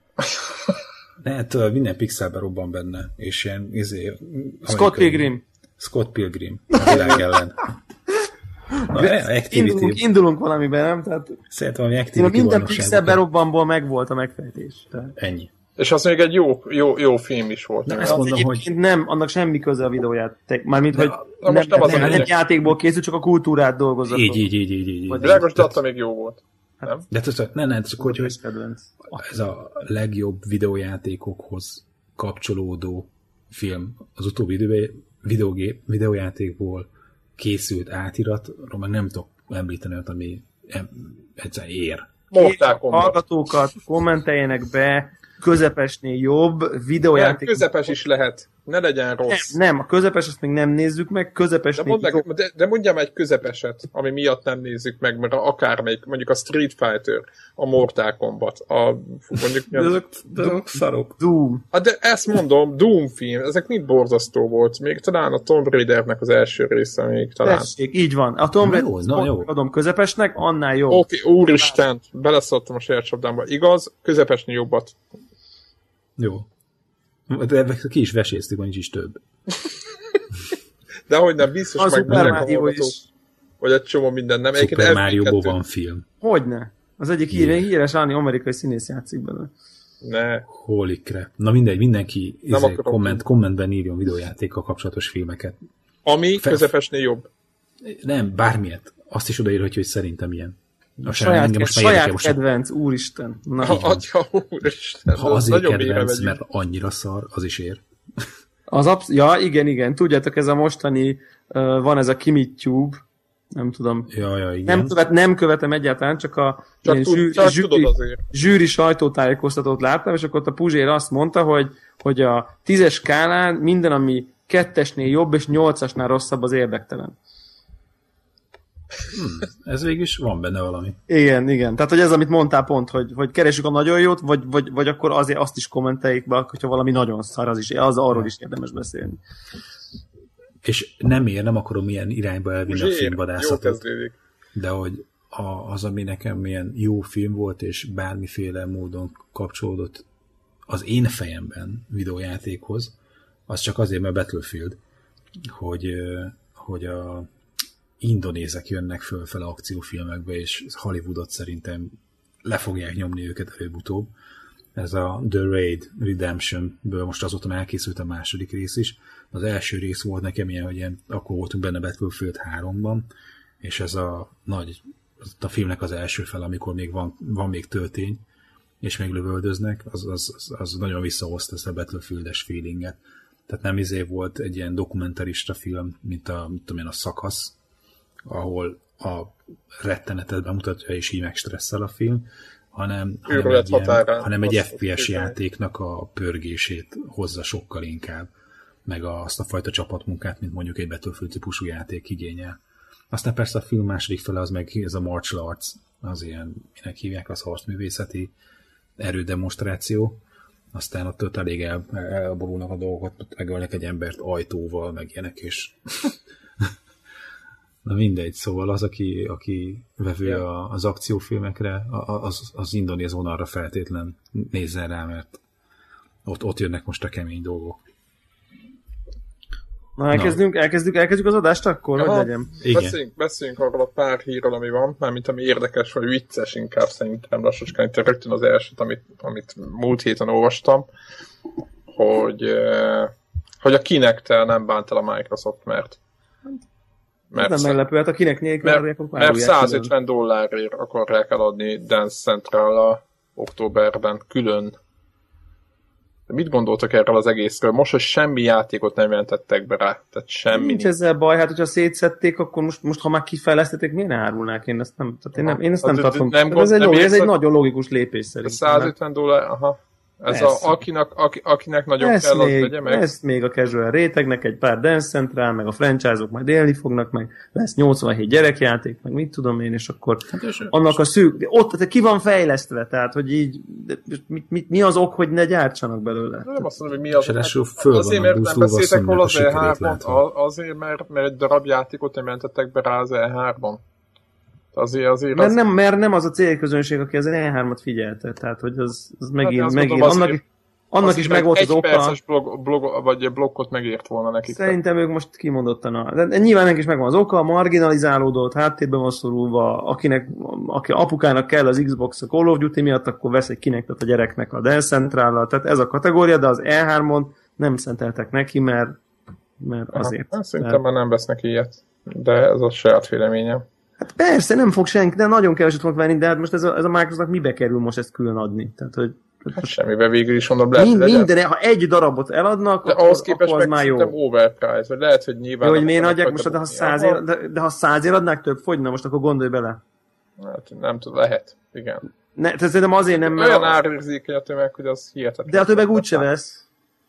Minden pixelben robban benne. És ilyen Scott Pilgrim. A világ ellen. Indulunk valamiben, nem? Tehát szerintem valami Activity minden pixelben robbanból megvolt a megfejtés. Tehát. Ennyi. És az még egy jó film is volt. Nem, azt mondom, hogy... nem, annak semmi köze a videójáték. Mármint, hogy nem játékból készül, csak a kultúrát dolgozott. Így. Világos, de attól még jó volt. Nem? De nem, csak hogy ez a legjobb videójátékokhoz kapcsolódó film az utóbbi időben videójátékból készült átiratról meg nem tudok említeni olyat, ami egyszerűen ér. Hallgatókat kommenteljenek be, közepesnél jobb videójáték. Közepes is lehet. Ne legyen rossz. Nem, a közepes azt még nem nézzük meg, közepesnél de mondjam egy közepeset, ami miatt nem nézzük meg, mert akármelyik, mondjuk a Street Fighter, a Mortal Kombat, de azok szarok. Doom. De ezt mondom, Doom film, ezek mind borzasztó volt. Még talán a Tomb Raidernek az első része még talán. Tessék, így van. A Tomb Raider adom közepesnek, annál jobb. Oké, úristen, beleszóltam a saját csapdámba. Igaz, közepesnél jobbat. Jó. De ki is veséztük, van is több. De hogy nem, biztos meg vagy egy csomó minden nem. Super Mario-ból van film. Hogyne? Az egyik híres amerikai színész játszik bele. Ne. Holy crap. Na mindegy, mindenki kommentben írjon videójátékkal kapcsolatos filmeket. Ami közepesnél jobb. Nem, bármilyet. Azt is odaírhatja, hogy szerintem ilyen. Saját kedvenc, úristen. Úristen. Ha azért kedvenc, mert annyira szar, az is ér. Igen. Tudjátok, ez a mostani, van ez a KimiTube, nem tudom. Ja, igen. Nem követem egyáltalán, csak a zsűri sajtótájékoztatót láttam, és akkor ott a Puzsér azt mondta, hogy a 10-es skálán minden, ami 2-esnél jobb, és 8-asnál rosszabb, az érdektelen. Ez végül is van benne valami. Igen. Tehát, hogy ez, amit mondtál pont, hogy keresjük a nagyon jót, vagy akkor azért azt is kommenteljék be, hogyha valami nagyon szar, arról is érdemes beszélni. És nem akarom ilyen irányba elvinni a filmvadászatot. De hogy az, ami nekem ilyen jó film volt, és bármiféle módon kapcsolódott az én fejemben videójátékhoz, az csak azért, mert Battlefield, hogy a indonézek jönnek fölfele akciófilmekbe, és Hollywoodot szerintem le fogják nyomni őket előbb-utóbb. Ez a The Raid Redemption-ből most azóta elkészült a második rész is. Az első rész volt nekem ilyen, hogy akkor voltunk benne Battlefield 3-ban, és ez a filmnek az első fel, amikor még van még töltény, és még lövöldöznek, az nagyon visszahozta ezt a Battlefield-es feelinget. Tehát nem volt egy ilyen dokumentarista film, mint a Szakasz, ahol a rettenetet bemutatja, és így megstresszel a film, hanem egy FPS játéknak a pörgését hozza sokkal inkább, meg azt a fajta csapatmunkát, mint mondjuk egy Battlefield típusú játék igényel. Aztán persze a film második fele az meg ez a martial arts, az ilyen, minek hívják, az harcművészeti erődemonstráció. Aztán ott elég elborulnak a dolgok, ott megölnek egy embert ajtóval, meg ilyenek, és na mindegy, szóval az, aki vevő az akciófilmekre, az indonéz vonalra feltétlen nézzen rá, mert ott jönnek most a kemény dolgok. Na, elkezdjük az adást akkor, hogy legyen? Beszéljünk arról a pár hírról, ami van, mármint ami érdekes, vagy vicces inkább szerintem lassacskán. Itt rögtön az elsőt, amit múlt héten olvastam, hogy a Kinect-tel nem bánt el a Microsoft, mert nem meglepő, hát a Kinect nélkül mert $150 akarják eladni Dance Central októberben külön. De mit gondoltak erről az egészről? Most, hogy semmi játékot nem jelentettek be rá. Tehát semmi. Nincs ezzel baj, hát hogyha szétszedték, akkor most ha már kifejlesztették, miért árulnák? Én ezt nem tartom. Ez egy nagyon logikus lépés szerintem. $150, aha. Ez akinek nagyon ezt kell, az vegye meg. Ezt még a casual rétegnek, egy pár Dance Central, meg a franchise-ok majd élni fognak, meg lesz 87 gyerekjáték, meg mit tudom én, és akkor annak a szűk... Ott ki van fejlesztve, tehát, hogy így mi az ok, hogy ne gyártsanak belőle? Nem azt mondom, hogy mi az. Azért, mert nem beszéltek róla az E3-on, azért, mert egy darab játékot nem jelentettek be rá az E3-on. Mert nem az a célközönség, aki az E3-at figyelte, tehát hogy az megint annak is meg volt az oka. Egy perces blokkot megért volna nekik. Szerintem ők most kimondottan de nyilván neki is megvan az oka, marginalizálódott, háttérben van szorulva, aki apukának kell az Xbox a Call of Duty miatt, akkor vesz egy Kinectet a gyereknek a Dance Central-ra, tehát ez a kategória, de az E3-on nem szenteltek neki, mert azért. Szerintem már nem vesznek ilyet, de ez a saját véleményem. Hát persze, nem fog senki, de nagyon keveset fog venni, de hát most ez a Microsoftnak mibe kerül most ezt külön adni? Tehát, hogy semmibe végül is mondom, minden, ha egy darabot eladnak, de ahhoz képest akkor az már jó. Overprice, vagy lehet, hogy nyilván... Jó, hogy miért adják most, de ha 100 adnák több, fogyna most, akkor gondolj bele. Hát nem tudom, lehet, igen. Tehát szerintem azért nem... Olyan árérzékeny a tömeg, hogy az hihetetlen. De a tömeg úgyse vesz.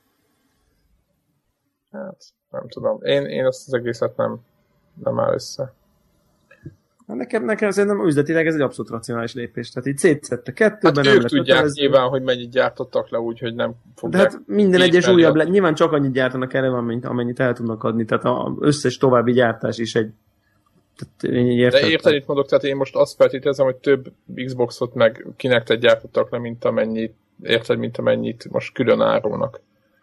Hát, nem tudom. Én azt az egészet nem áll össze. Nekem szerintem üzletileg ez egy abszolút racionális lépés. Tehát így szétszette kettőben. Hát ők tudják nyilván, hogy mennyit gyártottak le úgy, hogy nem fogják. De hát minden egyes újabb nyilván csak annyit gyártanak elő, amennyit el tudnak adni. Tehát az összes további gyártás is egy... De érted, itt mondok, tehát én most azt feltételezem, hogy több Xboxot meg Kinectet gyártottak le, mint amennyit most külön árulnak.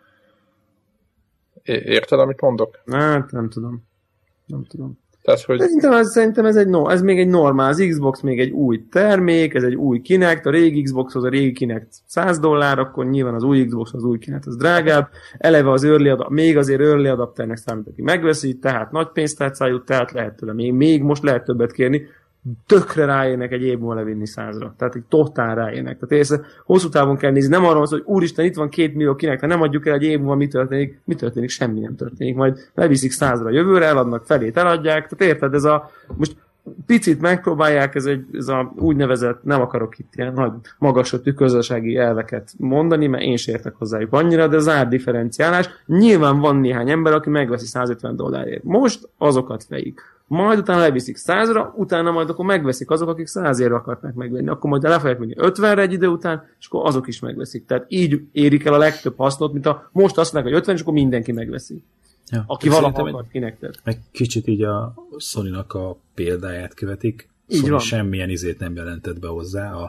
Érted, amit mondok? Hát nem tudom. Tehát, hogy... Szerintem ez még egy normál, az Xbox még egy új termék, ez egy új Kinect, a régi Xboxhoz a régi Kinect $100, akkor nyilván az új Xbox az új Kinect az drágább, eleve az még azért early adapternek számít, aki megveszi, tehát nagy pénztárcájú, tehát lehet tőle, még most lehet többet kérni, tökre ráérnek egy év múlva levinni 100-ra. Tehát egy totál ráérnek. Tehát ezt hosszú távon kell nézni. Nem arról van szó, hogy úristen, itt van 2 millió Kinect, ha nem adjuk el egy év múlva, mi történik? Semmi nem történik. Majd leviszik 100-ra jövőre, eladnak felét, eladják. Tehát érted, most picit megpróbálják, ez a úgynevezett, nem akarok itt ilyen nagy magasotű közösségi elveket mondani, mert én sem értek hozzájuk annyira, de az átdifferenciálás. Nyilván van néhány ember, aki megveszi $150. Most azokat fejik. Majd utána leviszik 100-ra, utána majd akkor megveszik azok, akik 100-ért akarták megvenni. Akkor majd le fogják venni 50-re egy idő után, és akkor azok is megveszik. Tehát így érik el a legtöbb hasznot, mint most azt mondják, hogy 50, és akkor mindenki megveszi. Ja, aki valaha akart Kinectet. Egy kicsit így a Sony-nak a példáját követik. Sony semmilyen izét nem jelentett be hozzá. A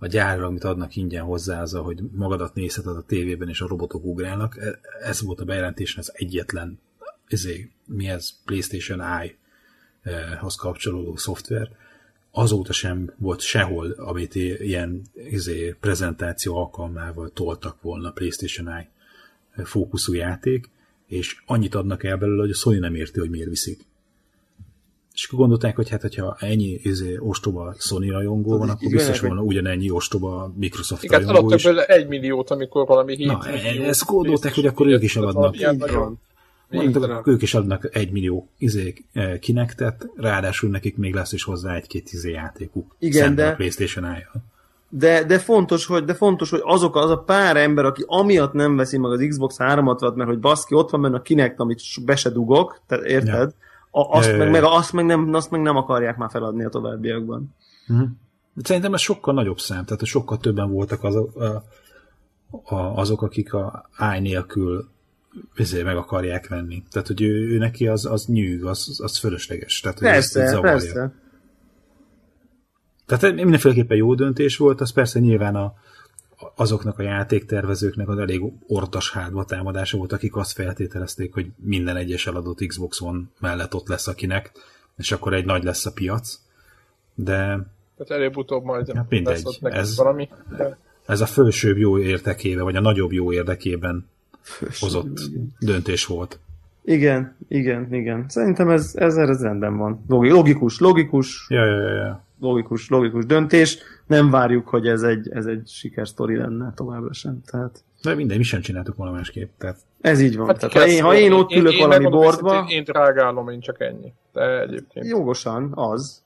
a gyárra, amit adnak ingyen hozzá, az, hogy magadat nézheted a tévében, és a robotok ugrálnak. Ez volt a bejelentésen, ez egyetlen mi ez? PlayStation Eye-hoz kapcsolódó szoftver. Azóta sem volt sehol, amit ilyen prezentáció alkalmával toltak volna PlayStation Eye fókuszú játék, és annyit adnak el belőle, hogy a Sony nem érti, hogy miért viszik. És akkor gondolták, hogy hát, hogyha ennyi ostoba Sony rajongó van, akkor biztos volna ugyanennyi ostoba Microsoft igen, rajongó is. Igen, adottak 1 milliót, amikor valami 7 millió. Ezt gondolták, hogy akkor ők is adnak. Ők is adnak 1 millió Kinectet, ráadásul nekik még lesz is hozzá 1-2 játékuk. Igen, de... a PlayStation Eye-jal. De fontos, hogy az a pár ember, aki amiatt nem veszi meg az Xbox 360, mert hogy baszki, ott van benne a Kinect, amit be se dugok, tehát érted? Ja. Azt meg nem akarják már feladni a továbbiakban. Szerintem ez sokkal nagyobb szám, tehát sokkal többen voltak azok, akik a Eye nélkül meg akarják venni. Tehát, hogy ő neki az nyűg, az fölösleges. Tehát, hogy persze. Tehát mindenféleképpen jó döntés volt, az persze nyilván azoknak a játéktervezőknek az elég ortas hátba támadása volt, akik azt feltételezték, hogy minden egyes eladott Xbox One mellett ott lesz akinek, és akkor egy nagy lesz a piac. De... Tehát előbb-utóbb majd hát mindegy. Valami. Ez a felsőbb jó érdekében, vagy a nagyobb jó érdekében hozott döntés volt. Igen. Szerintem ez rendben van. Logikus. Ja. Logikus döntés. Nem várjuk, hogy ez egy sikersztori lenne továbbra sem. Tehát... De minden, mi sem csináltuk volna másképp. Tehát... Ez így van. Hát tehát, ha én ott ülök valami bordba... Én drágálom, én csak ennyi. De egyébként... Jogosan, az.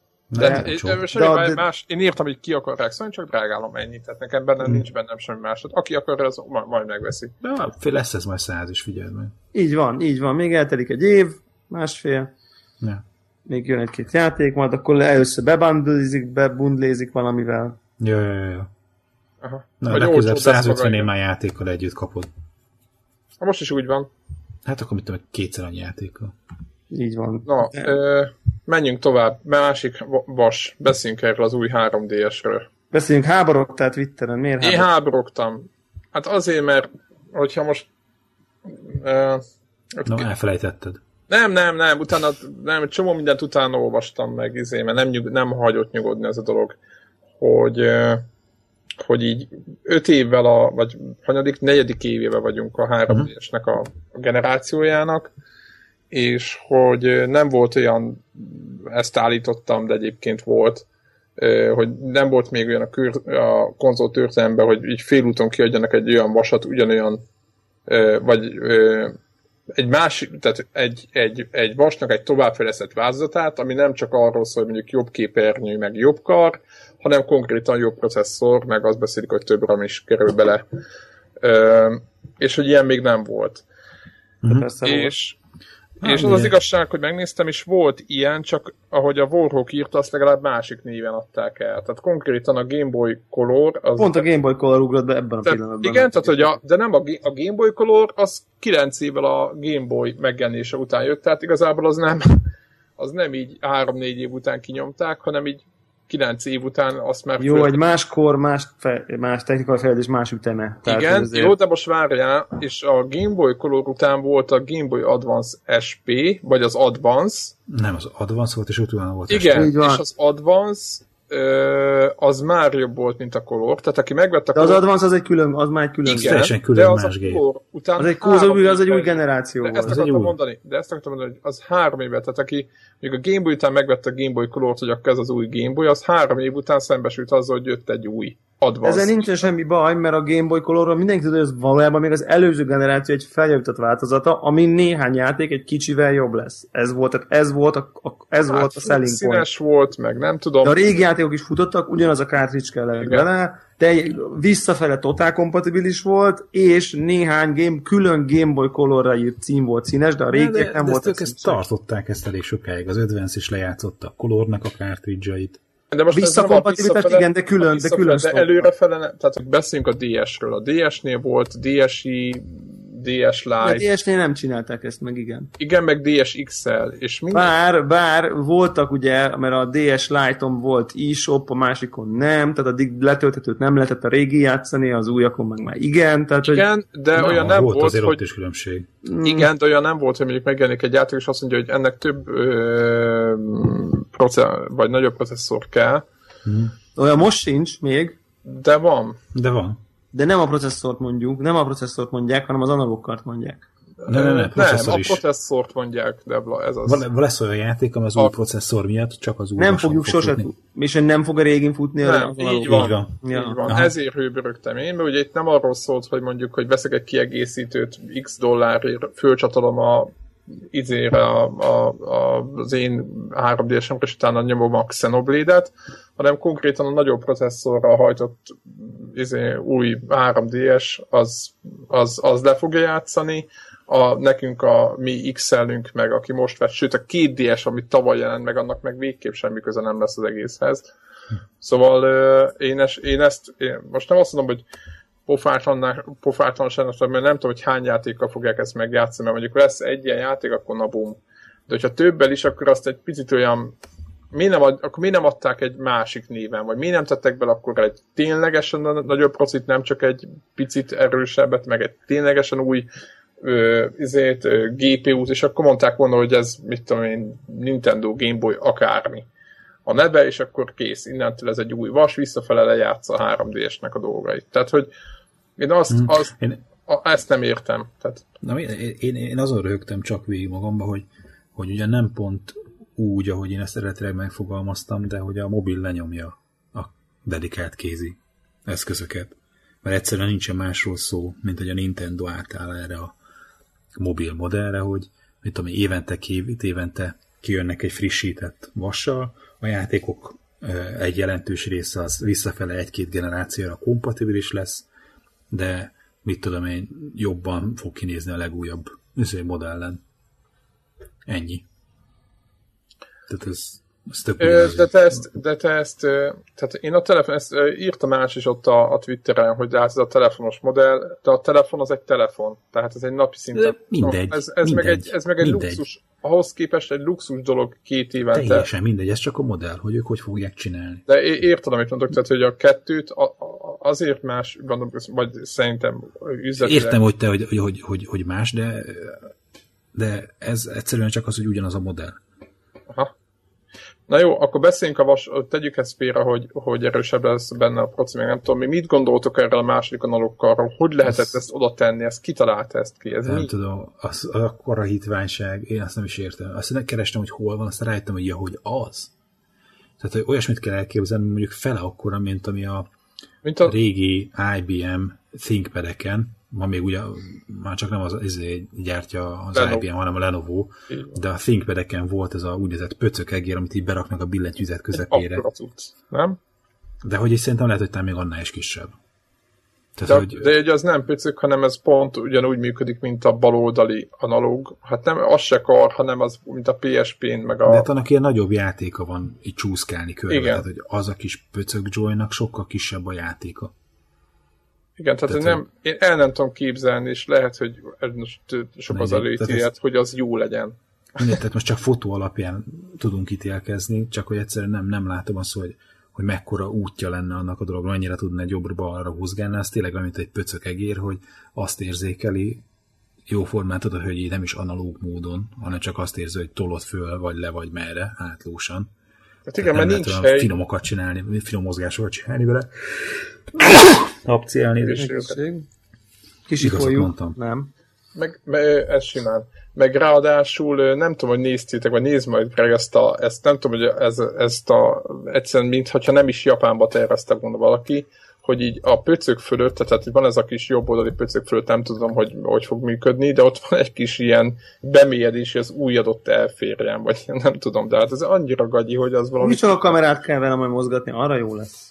Én írtam, hogy ki akarják szólni, csak drágálom ennyit. Tehát nekem nincs bennem semmi másod. Aki akar, az majd megveszi. De lesz ez majd 100 is, figyeld meg. Így van. Még eltelik egy év, másfél. Ja. Még jön egy-két játék, majd akkor először bebundlézik valamivel. Ja. Aha. Na, legközelebb 150 már játékkal együtt kapod. Most is úgy van. Hát akkor mit tudom, kétszer annyi játékkal. Így van. Na, menjünk tovább. Másik vas. Beszéljünk erről az új 3DS-ről. Beszéljünk, háborogtál Twitteren. Miért Én háborogtam. Hát azért, mert hogyha most... elfelejtetted. Nem, utána csomó mindent utána olvastam meg, mert nem hagyott nyugodni az a dolog, hogy így 5 évvel, vagy hanyadik, 4. évével vagyunk a 3DS-nek a generációjának, és hogy nem volt olyan, ezt állítottam, de egyébként volt, hogy nem volt még olyan a konzol történelemben, hogy így félúton kiadjanak egy olyan vasat, ugyanolyan, vagy egy másik, tehát egy vasnak egy továbbfejlesztett változatát, ami nem csak arról szól, hogy mondjuk jobb képernyő, meg jobb kar, hanem konkrétan jobb processzor, meg azt beszélik, hogy több RAM is kerül bele. És hogy ilyen még nem volt. És az igazság, hogy megnéztem, és volt ilyen, csak ahogy a Warhawk írta, azt legalább másik néven adták el. Tehát konkrétan a Game Boy Color... Pont a Game Boy Color ugrott be ebben a pillanatban. Igen, tehát hogy de nem a Game Boy Color, az 9 évvel a Game Boy megjelenése után jött, tehát igazából az nem így 3-4 év után kinyomták, hanem így 9 év után azt már... Jó, egy más kor, más technikai fejlődés, más üteme. Igen, azért... jó, de most várjál, és a Game Boy Color után volt a Game Boy Advance SP, vagy az Advance. Nem, az Advance volt, és utána volt igen, SP. És az Advance az már jobb volt, mint a Color. Tehát aki megvette a Color... De az Advance az már egy külön. Igen, teljesen külön más gép. Az egy új generáció volt. Ezt akartam mondani, hogy az 3 évet, tehát aki még a Game Boy után megvette a Game Boy Colort, hogy akkor ez az új Game Boy, az 3 év után szembesült azzal, hogy jött egy új Advance. Ezzel nincsen semmi baj, mert a Game Boy Colorról mindenki tudja, hogy ez valójában még az előző generáció egy feljavított változata, ami néhány játék egy kicsivel jobb lesz. Ez volt a selling point. Színes volt, meg nem tudom. De a régi játékok is futottak, ugyanaz a cartridge kellett bele, de visszafele totál kompatibilis volt, és néhány külön Game Boy Colorra írt cím volt színes, de a régiek nem volt. De ezt tartották ezt elég sokáig. Az Advance is lejátszotta a Colornak a cartridge-ait. De most visszakompatibilitás, igen, de külön de előrefele, tehát hogy beszéljünk a DS-ről. A DS-nél volt DSi DS Lite. A DS-nél nem csinálták ezt meg, igen. Igen, meg DS XL. És bár voltak ugye, mert a DS Lite-on volt eShop, a másikon nem, tehát addig letöltetőt nem lehetett a régi játszani, az újakon meg már igen. Tehát, igen, hogy... de olyan nem volt, azért hogy... ott is különbség. Igen, de olyan nem volt, hogy mondjuk megjelenik egy játék, és azt mondja, hogy ennek több vagy nagyobb processzor kell. Olyan most sincs még. De van. De nem a processzort mondják, hanem az analóg mondják. Nem, a processzort mondják, Debla, ez az. Lesz olyan játék, ami az új processzor miatt csak az új. Nem fogjuk sose tudni. És nem fog a régin futni nem, az így van. Így van. Ezért hőbörögtem én, mert ugye itt nem arról szólt, hogy mondjuk, hogy veszek egy kiegészítőt x dollárért, fölcsatolom az én 3D-semre, és utána nyomom a Xenoblade-et, hanem konkrétan a nagyobb processzorral hajtott új 3DS az le fogja játszani, nekünk a mi XL-ünk meg, aki most vett, sőt a 2DS, amit tavaly jelent meg, annak meg végképp semmi köze nem lesz az egészhez. Szóval én most nem azt mondom, hogy pofátlanságnak, mert nem tudom, hogy hány játékkal fogják ezt megjátszani, mert mondjuk lesz egy ilyen játék, akkor na bum. De hogyha többel is, akkor azt egy picit olyan miért nem adták egy másik néven, vagy miért nem tettek bele akkor egy ténylegesen nagyobb procit, nem csak egy picit erősebbet, meg egy ténylegesen új GPU-t, és akkor mondták volna, hogy ez, mit tudom én, Nintendo, Game Boy, akármi. A neve, és akkor kész. Innentől ez egy új vas, visszafele lejátsza a 3DS-nek a dolgait. Tehát, hogy én ezt nem értem. Tehát... Na, én azon röhögtem csak végig magamba, hogy ugye nem pont úgy, ahogy én ezt eredetileg megfogalmaztam, de hogy a mobil lenyomja a dedikált kézi eszközöket. Mert egyszerűen nincsen másról szó, mint hogy a Nintendo átáll erre a mobil modellre, hogy mit tudom, évente kijönnek egy frissített vassal, a játékok egy jelentős része az visszafele egy-két generációra kompatibilis lesz, de mit tudom én, jobban fog kinézni a legújabb modellen. Ennyi. Tehát ez tök tehát én a telefon, ezt írtam más is ott a Twitteren, hogy ez a telefonos modell, de a telefon az egy telefon, tehát ez egy napi szinten. Mindegy. Ez meg egy luxus, ahhoz képest egy luxus dolog 2 évente. Teljesen mindegy, ez csak a modell, hogy ők hogy fogják csinálni. De érted, amit mondok, tehát hogy a kettőt azért más, vagy szerintem üzletileg. Értem, hogy te, hogy más, de ez egyszerűen csak az, hogy ugyanaz a modell. Aha. Na jó, akkor beszéljünk tegyük ezt félre, hogy erősebb lesz benne a proci, meg nem tudom, mi mit gondoltok erről a második analókkal, hogy lehetett ezt oda tenni, ezt kitalálta ezt ki? Ez nem mi? tudom, az akkora hitványság, én azt nem is értem. Azt kerestem, hogy hol van, aztán rájöttem, hogy az. Tehát, hogy olyasmit kell elképzelni, mondjuk fele akkora, mint ami a régi IBM ThinkPad-eken, ma még ugye már csak nem az gyártja az Lenovo. IBM, hanem a Lenovo, de a ThinkPad-eken volt ez a úgynevezett pöcökegér, amit így beraknak a billentyűzet közepére. Nem? De hogy is szerintem lehet, hogy talán még annál is kisebb. Tehát, de az nem pöcök, hanem ez pont ugyanúgy működik, mint a baloldali analóg. Hát nem az se kar, hanem az, mint a PSP-n, meg a... De hát annak ilyen nagyobb játéka van így csúszkálni körbe. Igen. Tehát, hogy az a kis pöcök Joy-nak sokkal kisebb a játéka. Igen, tehát én el nem tudom képzelni, és lehet, hogy most sok az előítélet, hogy az jó legyen. Mindegy, tehát most csak fotó alapján tudunk ítélkezni, csak hogy egyszerűen nem látom azt, hogy mekkora útja lenne annak a dolognak, mennyire tudna egy jobbra-balra húzgálni, az tényleg olyan, mint egy pöcökegér, hogy azt érzékeli, jó formán tudod, hogy így nem is analóg módon, hanem csak azt érzi, hogy tolod föl, vagy le, vagy merre, átlósan. Hát igen, mert nincs hely. Finomokat csinálni, finom mozgásokat csinálni vele. Apciálni. Kisikoljuk. Nem. Meg ez simán. Meg ráadásul nem tudom, hogy néztétek, vagy nézd majd Greg ezt nem tudom, hogy egyszerűen mintha nem is Japánba tervezte volna valaki, hogy így a pöcök fölött, tehát van ez a kis jobb oldali pöcök fölött, nem tudom, hogy fog működni, de ott van egy kis ilyen bemélyedés, hogy az ujjad ott elférjen, vagy nem tudom, de hát ez annyira gagyi, hogy az valami... Csak a kamerát kell vele majd mozgatni, arra jó lesz.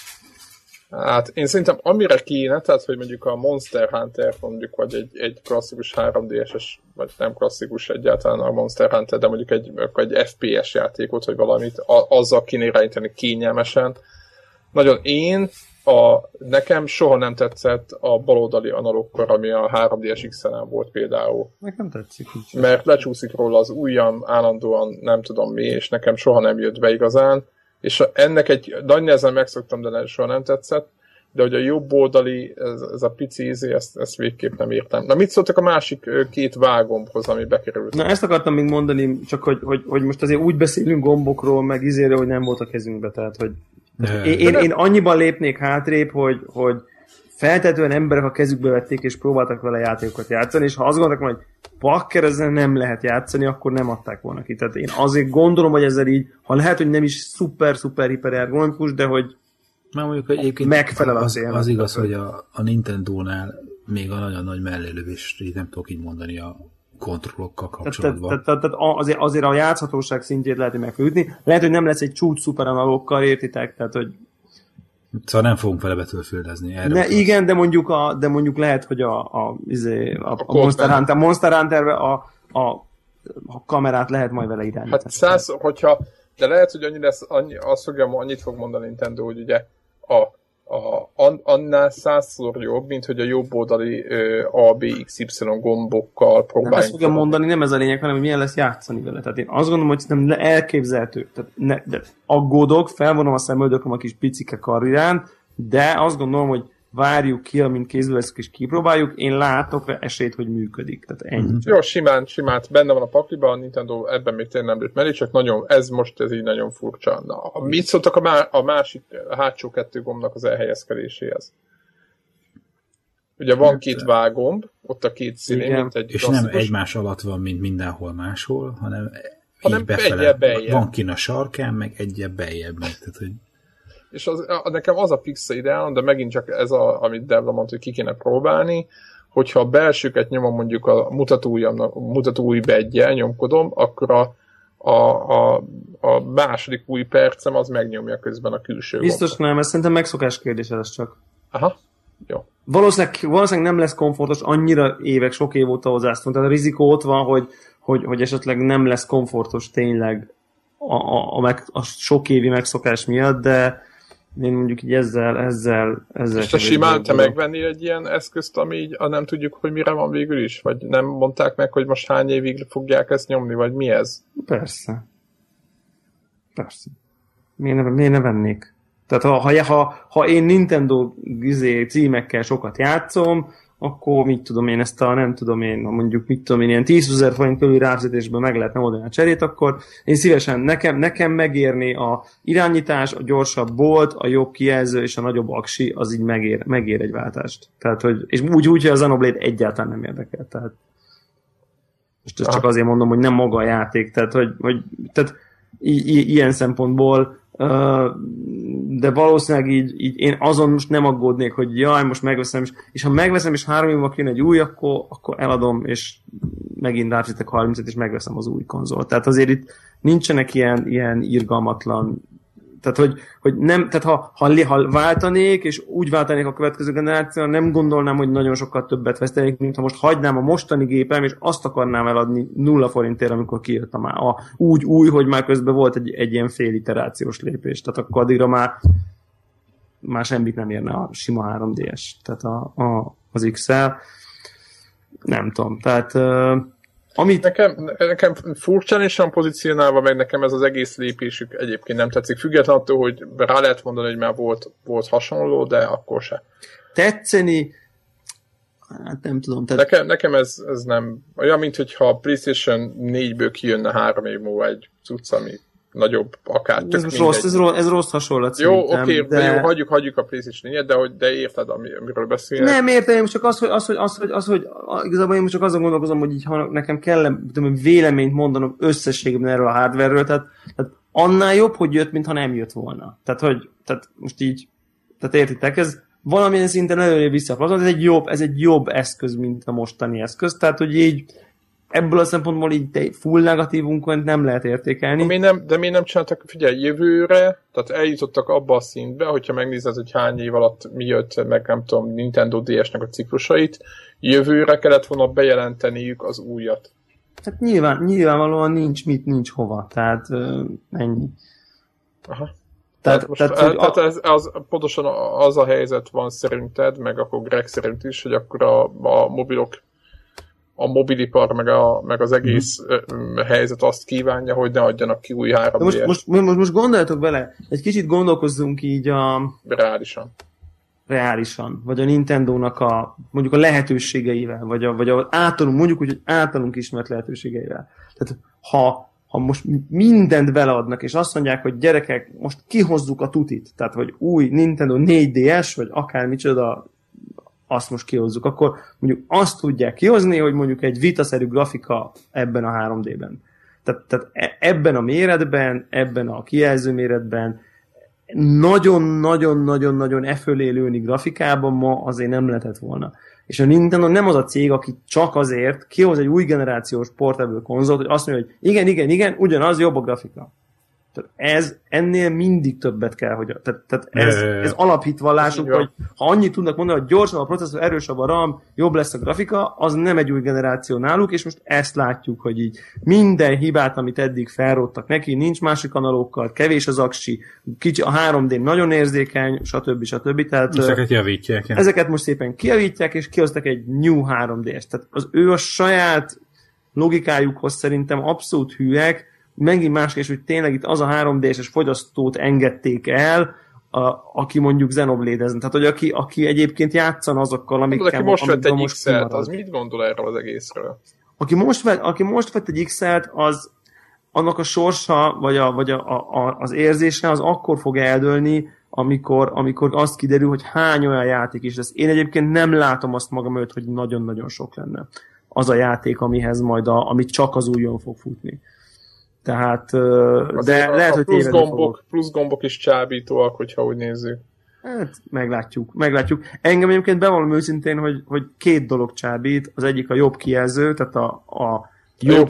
Hát én szerintem amire kéne, tehát hogy mondjuk a Monster Hunter, mondjuk, vagy egy klasszikus 3DS-es, vagy nem klasszikus egyáltalán a Monster Hunter, de mondjuk egy FPS játékot, vagy valamit, azzal kéne irányítani kényelmesen. Nagyon én nekem soha nem tetszett a baloldali analókkor, ami a 3DS XL-en volt például. Nekem tetszik. Mert lecsúszik róla az ujjam állandóan, nem tudom mi, és nekem soha nem jött be igazán. És ennek egy nagy nehezen megszoktam, de soha nem tetszett. De hogy a jobb oldali, ez a pici ízé, ezt végképp nem értem. Na mit szóltak a másik két vágombhoz, ami bekerült? Na ezt akartam még mondani, csak hogy most azért úgy beszélünk gombokról, meg izéről, hogy nem volt a kezünkbe, tehát hogy én annyiban lépnék hátrébb, hogy feltetően emberek a kezükbe vették, és próbáltak vele játékokat játszani, és ha azt gondoltak, hogy bakker, ezzel nem lehet játszani, akkor nem adták volna ki. Tehát én azért gondolom, hogy ezzel így, ha lehet, hogy nem is szuper hiperergonomikus, de hogy megfelel az igaz, hogy a Nintendo-nál még a nagyon nagy mellélövés, így nem tudok így mondani a kontrollokkal kapcsolatban. Tehát azért a játszhatóság szintjét lehet, hogy meg kell ütni. Lehet, hogy nem lesz egy csúcs szuper analókkal, értitek? Tehát, hogy szóval nem fogunk vele betölföldezni. Igen, de mondjuk lehet, hogy a Monster Hunterbe a kamerát lehet majd vele irányítani. Hát de lehet, hogy annyit fog mondani Nintendo, hogy ugye annál 100-szor jobb, mint hogy a jobb oldali A, B, X, Y gombokkal próbáljuk. Nem ezt fogja mondani, nem ez a lényeg, hanem hogy milyen lesz játszani vele. Tehát én azt gondolom, hogy nem elképzelhető. De aggódok, felvonom a szemöldököm a kis picike karrián, de azt gondolom, hogy várjuk ki, amint kézbe veszünk és kipróbáljuk, én látok rá esélyt, hogy működik. Tehát ennyi. Jó, simán, benne van a pakliban, a Nintendo ebben még tényleg nem lőtt mellé, csak ez így nagyon furcsa. Na, mit szóltak a másik, a hátsó kettő gombnak az elhelyezkedéséhez? Ugye van két vágomb, ott a két színé, mint egy és nem egymás alatt van, mint mindenhol máshol, hanem egyel beljebb. Van kin a sarkán, meg egyel beljebb. Tehát, hogy és nekem az a fixa ideálom, de megint csak ez amit Devla mondta, hogy ki kéne próbálni, hogyha a belsőket nyomom mondjuk a mutatóujjba egyel nyomkodom, akkor a második új percem az megnyomja közben a külső Biztos gombot. Nem, ez szerintem megszokás kérdése lesz csak. Aha, jó. Valószínűleg nem lesz komfortos, annyira sok év óta hozzásztunk, tehát a rizikó ott van, hogy esetleg nem lesz komfortos tényleg a sok évi megszokás miatt, de én mondjuk így ezzel és te simán te megvennél egy ilyen eszközt, ami így nem tudjuk, hogy mire van végül is? Vagy nem mondták meg, hogy most hány évig fogják ezt nyomni, vagy mi ez? Persze. Miért ne vennék? Tehát ha én Nintendo címekkel sokat játszom, akkor mit tudom én, mondjuk ilyen 10 000 forint körül ráfizetésből meg lehetne oldani a cserét, akkor én szívesen, nekem megérni a irányítás, a gyorsabb bolt, a jobb kijelző és a nagyobb aksi, az így megér egy váltást. Tehát, és úgy, hogy a Xenoblade egyáltalán nem érdekel. Tehát, most ezt csak azért mondom, hogy nem maga a játék, tehát ilyen szempontból de valószínűleg így én azon most nem aggódnék, hogy jaj, most megveszem, és ha megveszem, és 3 évvel kijön egy új, akkor eladom, és megint ráfizetek 30-et, és megveszem az új konzolt. Tehát azért itt nincsenek ilyen irgalmatlan, tehát hogy nem, tehát ha váltanék, és úgy váltanék a következő generációra, nem gondolnám, hogy nagyon sokkal többet vesztenék, mint ha most hagynám a mostani gépem, és azt akarnám eladni 0 forintért, amikor kijött úgy új, hogy már közben volt egy ilyen fél iterációs lépés. Tehát akkor addigra már semmit nem érne a sima 3DS. Tehát az XL. Nem tudom. Tehát Nekem furcsán is van pozícionálva, meg nekem ez az egész lépésük egyébként nem tetszik. Függetlenül attól, hogy rá lehet mondani, hogy már volt hasonló, de akkor se. Tetszeni? Hát nem tudom. Nekem ez nem olyan, mint hogyha a PlayStation 4-ből kijönne 3 év múlva egy cucc, ami nagyobb, akár ez rossz hasonlat. Jó, oké, de hagyjuk a PlayStation 4-et, de érted, amiről beszélek. Nem értem, csak hogy igazából én csak azon gondolkozom, hogy így, ha nekem kell véleményt mondanom összességében erről a hardware-ről, tehát annál jobb, hogy jött, mintha nem jött volna. Tehát most így, tehát értitek, ez valamilyen szinten előre vissza. Ez egy jobb eszköz, mint a mostani eszköz, tehát hogy így ebből a szempontból így full negatívunkat nem lehet értékelni. De miért nem csináltak, figyelj, jövőre, tehát eljutottak abba a szintbe, hogyha megnézed, hogy hány év alatt mi jött, meg nem tudom, Nintendo DS-nek a ciklusait, jövőre kellett volna bejelenteniük az újat. Hát nyilvánvalóan nincs hova, tehát ennyi. Aha. Tehát ez pontosan az a helyzet van szerinted, meg akkor Greg szerint is, hogy akkor a mobilok, a mobilipar, meg az egész helyzet azt kívánja, hogy ne adjanak ki új 3D-est. Most gondoljatok bele, egy kicsit gondolkozzunk így reálisan, vagy a Nintendónak mondjuk a lehetőségeivel, vagy mondjuk úgy, hogy általunk ismert lehetőségeivel. Tehát ha most mindent beleadnak, és azt mondják, hogy gyerekek, most kihozzuk a tutit, tehát hogy új Nintendo 4DS, vagy akármicsoda, azt most kihozzuk, akkor mondjuk azt tudják kihozni, hogy mondjuk egy vitaszerű grafika ebben a 3D-ben. Tehát ebben a méretben, ebben a kijelző méretben nagyon-nagyon-nagyon-nagyon fölé lőni grafikában ma azért nem lehetett volna. És a Nintendo nem az a cég, aki csak azért kihoz egy új generációs portable konzolt, hogy azt mondja, hogy igen, ugyanaz, jobb a grafika. Tehát ennél mindig többet kell, hogy... Tehát ez alaphitvallásunk, hogy ha annyit tudnak mondani, hogy gyorsabb a processzor, erősebb a RAM, jobb lesz a grafika, az nem egy új generáció náluk, és most ezt látjuk, hogy így minden hibát, amit eddig felróttak neki, nincs másik analókkal, kevés az aksi, kicsi, a 3D nagyon érzékeny, stb. Tehát ezeket javítják. Ezeket most szépen kijavítják, és kihoztak egy new 3D-est. Tehát ő a saját logikájukhoz szerintem abszolút hűek, megint másképp, hogy tényleg itt az a 3D-es fogyasztót engedték el, aki mondjuk Xenoblade-ezni. Tehát, hogy aki egyébként játszan azokkal, amikkel... Aki most vett egy X-et, az mit gondol erről az egészről? Aki most vett egy X-et, az annak a sorsa, vagy az érzése, az akkor fog eldőlni, amikor azt kiderül, hogy hány olyan játék is lesz. Én egyébként nem látom azt magam előtt, hogy nagyon-nagyon sok lenne az a játék, amihez majd amit csak az újon fog futni. Tehát, de lehet, hogy plusz gombok is csábítóak, hogyha úgy nézzük. Hát, meglátjuk. Engem egyébként bevallom őszintén, hogy két dolog csábít. Az egyik a jobb kijelző, tehát a jobb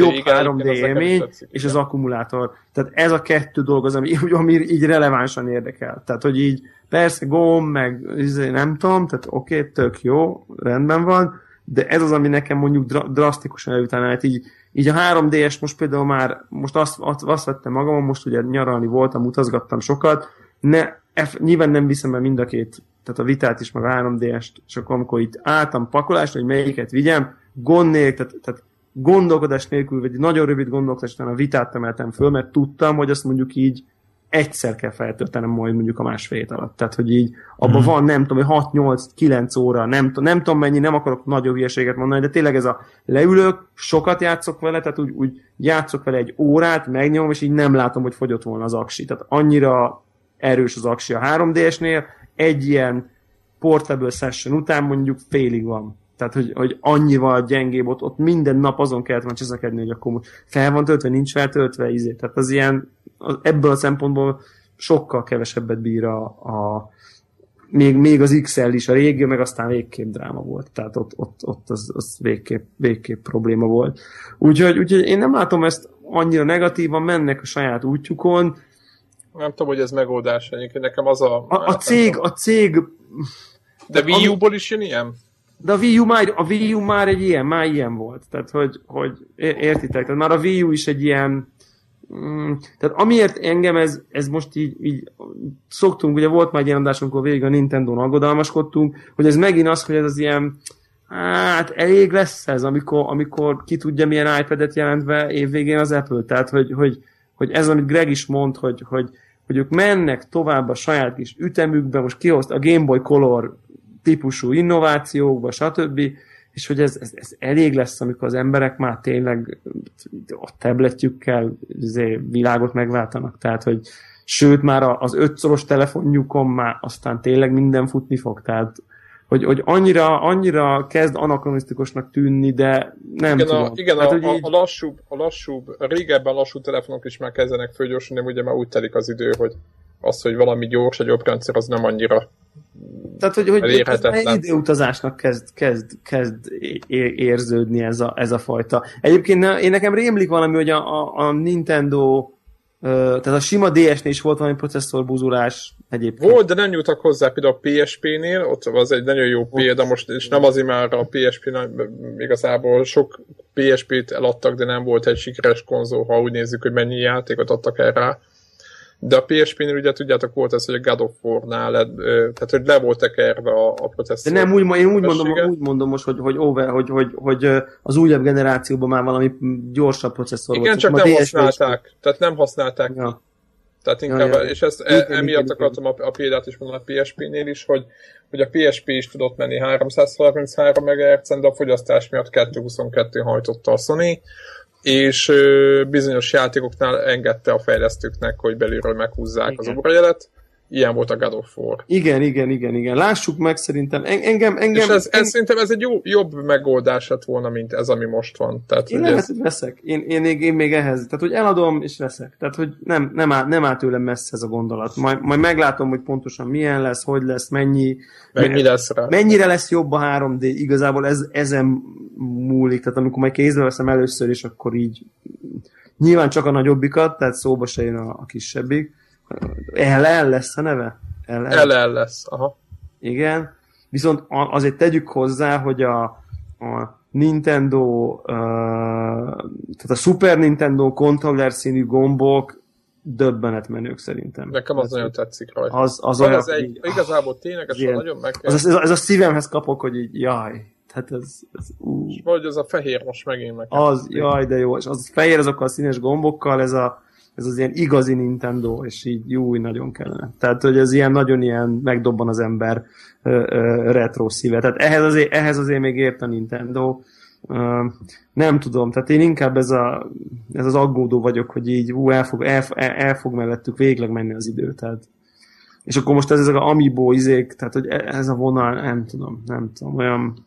3D élmény, és az akkumulátor. Tehát ez a kettő dolog az, ami így relevánsan érdekel. Tehát, hogy így persze gomb, meg nem tudom, tehát oké, tök jó, rendben van, de ez az, ami nekem mondjuk drasztikusan elütállna. Hát így a 3D-es most például most azt vettem magamon, most ugye nyaralni voltam, utazgattam sokat, nyilván nem viszem el mind a két, tehát a vitát is, meg a 3D-est, és akkor amikor itt álltam pakolást, hogy melyiket vigyem, tehát gondolkodás nélkül, vagy nagyon rövid gondolkodás, a vitát emeltem föl, mert tudtam, hogy azt mondjuk így egyszer kell feltöltenem majd mondjuk a másfél hét alatt. Tehát, hogy így abban van, nem tudom, 6-8-9 óra, nem tudom mennyi, nem akarok nagyobb hülyeséget mondani, de tényleg ez a leülök, sokat játszok vele, tehát úgy játszok vele egy órát, megnyomom, és így nem látom, hogy fogyott volna az aksi. Tehát annyira erős az aksi a 3D-esnél, egy ilyen portable session után mondjuk félig van. Tehát, hogy annyival gyengébb, ott minden nap azon kellett volna cseszekedni, hogy akkor fel van töltve, nincs feltöltve, Tehát az ilyen, ebből a szempontból sokkal kevesebbet bír még az XL is, a régi, meg aztán végképp dráma volt. Tehát ott az végképp probléma volt. Úgyhogy én nem látom ezt annyira negatívan, mennek a saját útjukon. Nem tudom, hogy ez megoldás. Nekem az a cég... De Wii U-ból is jön ilyen? De a Wii U már egy ilyen volt. Tehát, hogy értitek? Tehát már a Wii U is egy ilyen... Tehát amiért engem ez most így szoktunk, ugye volt már egy ilyen adás, amikor végig a Nintendo-n aggodalmaskodtunk, hogy ez megint az, hogy ez az ilyen hát elég lesz ez, amikor ki tudja milyen iPad-et jelent be évvégén az Apple. Tehát, hogy ez, amit Greg is mond, hogy ők mennek tovább a saját kis ütemükbe, most kihozta a Game Boy Color típusú innovációkba, stb., és hogy ez elég lesz, amikor az emberek már tényleg a tabletjükkel világot megváltanak. Tehát, hogy sőt, már az 5-szoros telefonjukon már aztán tényleg minden futni fog. Tehát, hogy annyira kezd anakronisztikusnak tűnni, de nem tudom. Igen, tehát, a lassúbb, régebben lassú telefonok is már kezdenek fölgyorsulni, ugye már úgy telik az idő, hogy hogy valami gyors, egy jobb rendszer, az nem annyira tehát, hogy időutazásnak kezd érződni ez a fajta. Egyébként én nekem rémlik valami, hogy a Nintendo, tehát a sima DS-nél is volt valami processzorbuzulás egyébként. Volt, de nem nyújtak hozzá, például a PSP-nél, ott az egy nagyon jó példa most, és nem azért már a PSP-nél igazából sok PSP-t eladtak, de nem volt egy sikeres konzol, ha úgy nézzük, hogy mennyi játékot adtak el rá. de a PSP-nél ugye tudjátok volt ez, hogy a God of War-nál, tehát hogy le volt tekerve a processzor. De nem, én úgy mondom most, hogy az újabb generációban már valami gyorsabb processzor volt. Igen, csak nem használták. Tehát nem használták. Ja. Tehát inkább, és ezt emiatt akartam a példát is mondani a PSP-nél is, hogy a PSP is tudott menni 333 MHz-en, de a fogyasztás miatt 222 hajtotta a Sony, és bizonyos játékoknál engedte a fejlesztőknek, hogy belülről meghúzzák az órajelet. Ilyen volt a God of War. Igen. Lássuk meg, szerintem. És szerintem ez egy jobb megoldás lett volna, mint ez, ami most van. Tehát, én lehet, hogy veszek. Én még ehhez. Tehát, hogy eladom, és veszek. Tehát, hogy nem áll tőlem messze ez a gondolat. Majd meglátom, hogy pontosan milyen lesz, hogy lesz, mennyi lesz rá. Mennyire lesz jobb a 3D. Igazából ezen múlik. Tehát, amikor majd kézbe veszem először, és akkor így nyilván csak a nagyobbikat, tehát szóba se jön a kisebbik. LL lesz a neve? LL lesz, aha. Igen. Viszont azért tegyük hozzá, hogy a Nintendo, tehát a Super Nintendo controller színű gombok döbbenetmenők szerintem. Nekem az nagyon tetszik rajta. Az olyan, igazából ténylegesen nagyon meg kell. Ez a szívemhez kapok, hogy így jaj. Tehát ez és vagy az a fehér most megint meg. Jaj, de jó. És az fehér azokkal a színes gombokkal, ez az ilyen igazi Nintendo, és így nagyon kellene. Tehát, hogy ez nagyon ilyen megdobban az ember retro szíve. Tehát ehhez azért még ért a Nintendo. Nem tudom, tehát én inkább ez az aggódó vagyok, hogy így el fog mellettük végleg menni az idő. Tehát. És akkor most ezek az Amiibo izék, tehát hogy ez a vonal, nem tudom, olyan...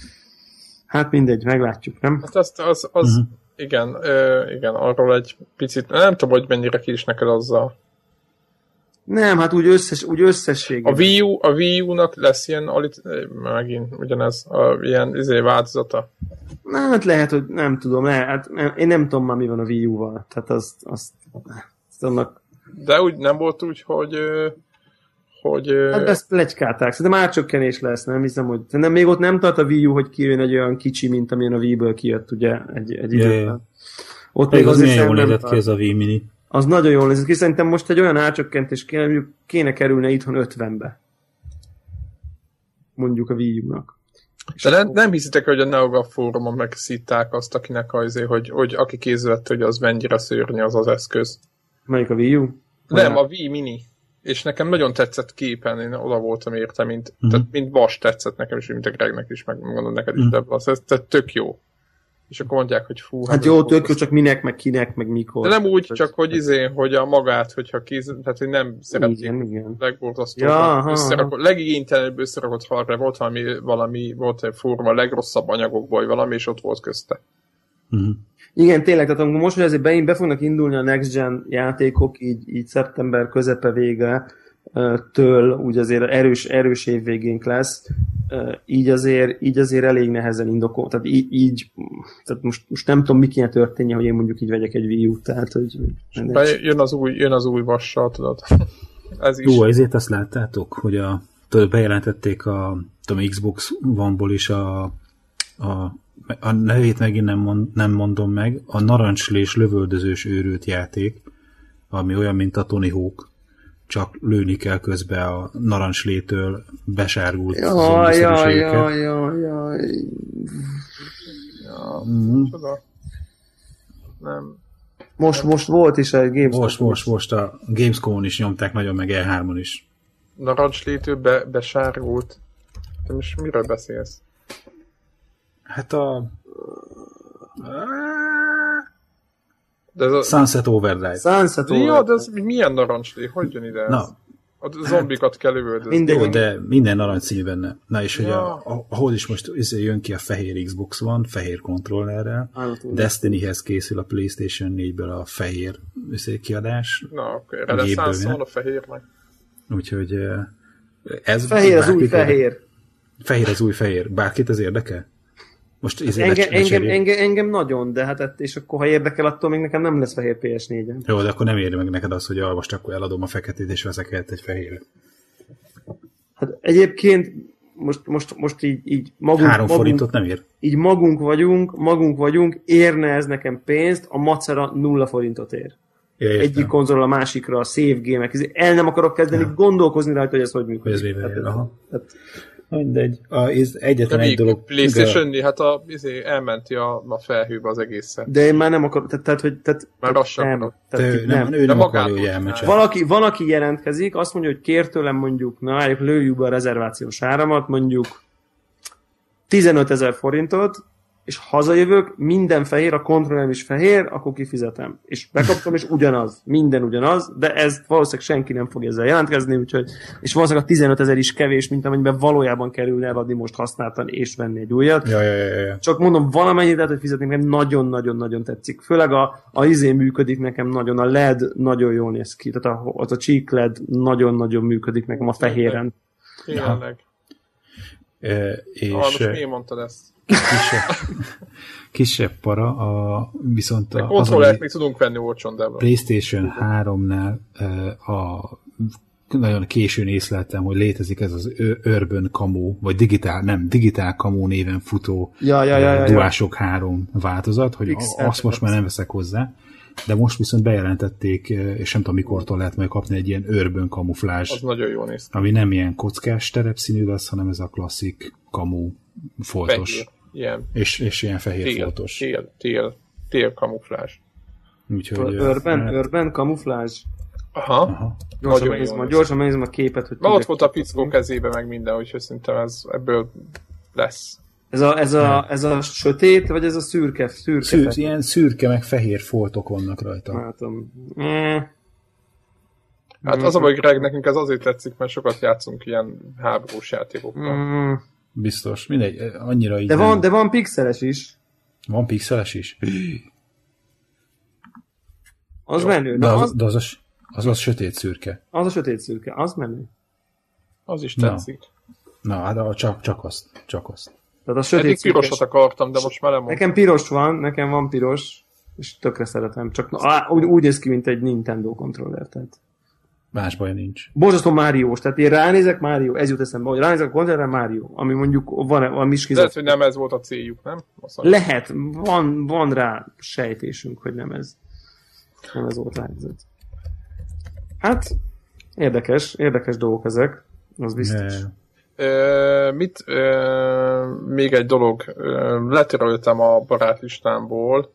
Hát mindegy, meglátjuk, nem? Hát igen, arról egy picit, nem tudom, hogy mennyire ki is neked azzal. Nem, hát úgy összességében. A Wii U-nak lesz ilyen, megint ugyanez, ilyen változata? Nem, hát lehet, hogy nem tudom, én nem tudom már mi van a Wii U-val, tehát azt annak... De úgy nem volt úgy, hogy hát ezt pletykálták, szerintem árcsökkenés lesz, nem hiszem, hogy... Szerintem még ott nem tart a Wii U, hogy kijön egy olyan kicsi, mint amilyen a Wii-ből kijött, ugye, egy időben. Ott még azért milyen jól nézett ki ez a Wii Mini. Az nagyon jól nézett ki, szerintem most egy olyan árcsökkentés kéne kerülne itthon 50-be. Mondjuk a Wii U-nak. De nem hiszitek, hogy a NeoGAF fórumon megszítták azt, akinek hogy aki kézvett, hogy az mennyire szörnyű az eszköz. Melyik a Wii U? Nem, a Wii Mini. És nekem nagyon tetszett képen, én oda voltam érte, mint Vas tetszett nekem, és mint a Gregnek is, megmondom neked is, de ez tök jó. És akkor mondják, hogy fú... Hát jó, tök jó, csak minek, meg kinek, meg mikor. De nem úgy, csak hogy hogy a magát, hogyha tehát hogy nem szeretnék legborzasztóbb, legigénytelenebb összerakott harra volt valami volt egy fórum a legrosszabb anyagokból, valami, és ott volt közte. Igen, tényleg, tehát most, hogy azért be fognak indulni a Next Gen játékok, így szeptember közepe vége től, úgy azért erős év végénk lesz, így azért elég nehezen indokol. Tehát tehát most nem tudom, mi kéne történnie, hogy én mondjuk így vegyek egy Wii U-t, tehát hogy... Jön az új vassal, tudod. Ez is. Jó, ezért azt láttátok, hogy bejelentették a Xbox One-ból is a nevét megint nem mondom meg, a narancslés lövöldözős őrült játék, ami olyan, mint a Tony Hawk, csak lőni kell közben a narancslétől besárgult zombiszerűségeket. Nem. Most volt is egy Gamescom. Most a Gamescom-on is nyomták nagyon, meg E3-on is. Narancslétől besárgult. Te most miről beszélsz? Hát Sunset Overdrive. Ja, de ez milyen narancslé? Hogy jön ide ez? A zombikat kell üvöldözni. Jó, de minden narancs színű benne. Na és hogy ahol is most jön ki a fehér Xbox One, fehér kontrollerrel, Destinyhez készül a PlayStation 4-ből a fehér kiadás. Na, akkor reneszánsz van a fehérnek. Úgyhogy ez... Fehér az új fehér. Fehér az új fehér. Bárkit ez érdekel? Most engem nagyon, de hát és akkor ha érdekel, attól még nekem nem lesz fehér PS4-en. Jó, de akkor nem éri meg neked az, hogy most akkor eladom a feketét és veszek el egy fehéret. Hát egyébként most így magunk... 3 forintot nem ér. Így magunk vagyunk, érne ez nekem pénzt, a macera 0 forintot ér. egyik konzolról a másikra, a save game-ek, el nem akarok kezdeni gondolkozni rajta, hogy ez hogy működik. Mindegy. Egyetlen egy dolog... PlayStation-ni, hát elmenti a felhőbe az egészet. De én már nem akarok, már lassan ő nem akarja, hogy elmentse. Van, aki jelentkezik, azt mondja, hogy kér tőlem mondjuk, lőjük be a rezervációs áramat, mondjuk 15 000 forintot, és hazajövök, minden fehér, a kontrollem is fehér, akkor kifizetem. És bekaptam, és ugyanaz. Minden ugyanaz, de ez valószínűleg senki nem fog ezzel jelentkezni, úgyhogy, és valószínűleg a 15 000 is kevés, mint amennyiben valójában kerülne eladni most használtan, és venni egy újat. Ja. Csak mondom, valamennyit lehet, hogy fizetni, nekem nagyon-nagyon-nagyon tetszik. Főleg a izé működik nekem nagyon, a LED nagyon jól néz ki, tehát az a cheek LED nagyon-nagyon működik nekem a fehéren. Tényleg. És most miért mondtad ezt? Kisebb para, viszont a kontrollert még tudunk venni olcsón, de PlayStation 3-nál nagyon későn észleltem, hogy létezik ez az Urban Camo, vagy Digitál Camo néven futó DualShock 3 változat, hogy azt most már nem veszek hozzá, de most viszont bejelentették, és nem tudom mikortól lehet majd kapni egy ilyen Urban Camouflage. Az nagyon jól néz ki. Ami nem ilyen kockás terepszínű lesz, hanem ez a klasszik Camo foltos. Ilyen. És ilyen fehér foltos. Tél kamuflázs. Úgyhogy... Urban kamuflázs. Aha. Gyorsan megnézem a képet, hogy... Ott volt a pickó kezébe meg minden, úgyhogy szerintem ebből lesz. Ez a sötét, vagy ez a szürke? Ilyen szürke meg fehér foltok vannak rajta. Látom. Hát az a baj, Greg, nekünk ez azért tetszik, mert sokat játszunk ilyen háborús játékokkal. Biztos, mindegy, annyira így de van pixeles is. Van pixeles is? Az menő. De az sötét szürke. Az a sötét szürke, az menő. Az is tetszik. Na, hát csak azt. Tehát a sötét szürke. Pirosat akartam, de most már nem mondtam. Nekem van piros, és tökre szeretem. Csak úgy néz ki, mint egy Nintendo controller, tehát. Más baj nincs. Borzasztó Máriós, tehát én ránézek Mário, ez jut eszembe, hogy ránézek a kontrollerre Mário, ami mondjuk van a miskizat. Lehet, hogy nem ez volt a céljuk, nem? Lehet, van rá sejtésünk, hogy nem ez volt rá. Hát, érdekes dolgok ezek, az biztos. Még egy dolog, letöröltem a barátlistámból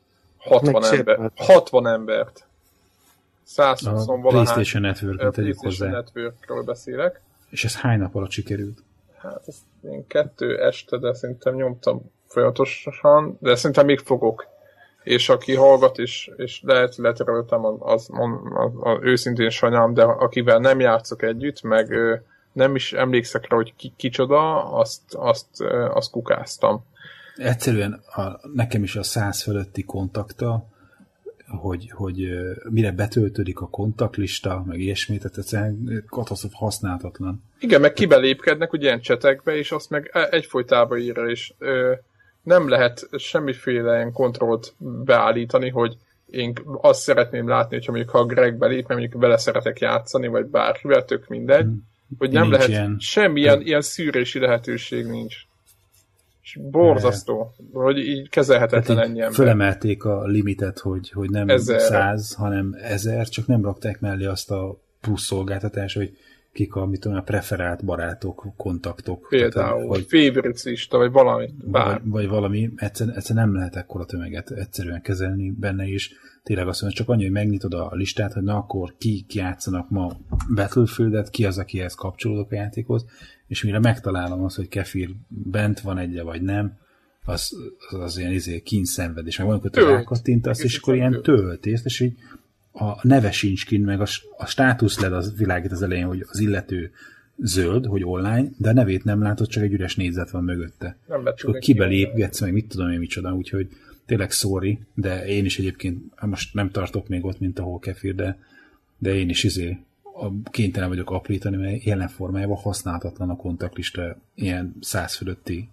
60 embert. 120 valahány. PlayStation Network-ről tegyük hozzá. Networkről beszélek. És ez hány nap alatt sikerült? Hát ezt én 2 este, de szerintem nyomtam folyamatosan, de szerintem még fogok. És aki hallgat, és letöröltem, az őszintén sajnálom, de akivel nem játszok együtt, meg nem is emlékszek rá, hogy kicsoda, azt kukáztam. Egyszerűen nekem is a 100 fölötti kontakta, hogy mire betöltődik a kontaktlista, meg ilyesmit, tehát egyszerűen katasztrof használhatatlan. Igen, meg kibelépkednek ugye ilyen csetekbe, és azt meg egyfolytában írja, és nem lehet semmiféle ilyen kontrollt beállítani, hogy én azt szeretném látni, hogyha mondjuk ha a Greg belép, mert mondjuk vele szeretek játszani, vagy bárkivel, tök mindegy, hogy nem lehet semmilyen ilyen szűrési lehetőség nincs. És borzasztó, hogy így kezelhetetlen ennyi ember. Fölemelték a limitet, hogy nem 100, hanem 1000, csak nem rakták mellé azt a plusz szolgáltatás, hogy kik a preferált barátok, kontaktok. Például, vagy favorites lista, vagy valami. Vagy valami, egyszerűen nem lehet ekkora tömeget egyszerűen kezelni benne is. Tényleg azt mondja, csak annyi, hogy megnyitod a listát, hogy na akkor ki játszanak ma Battlefieldet, ki az, akihez kapcsolódok a játékhoz, és mire megtalálom azt, hogy Kefir bent van egye, vagy nem, az ilyen kínszenvedés. Meg valamikor te rákattintasz, és akkor ilyen töltést, és így a neve sincs kint, meg a státusz led az világít az elején, hogy az illető zöld, hogy online, de a nevét nem látod, csak egy üres négyzet van mögötte. És akkor kibelépgetsz, meg mit tudom én micsoda, úgyhogy tényleg sorry, de én is egyébként, most nem tartok még ott, mint ahol Kefir, de én is kénytelen vagyok aprítani, mert jelen formájában használhatatlan a kontaktlista ilyen 100 fölötti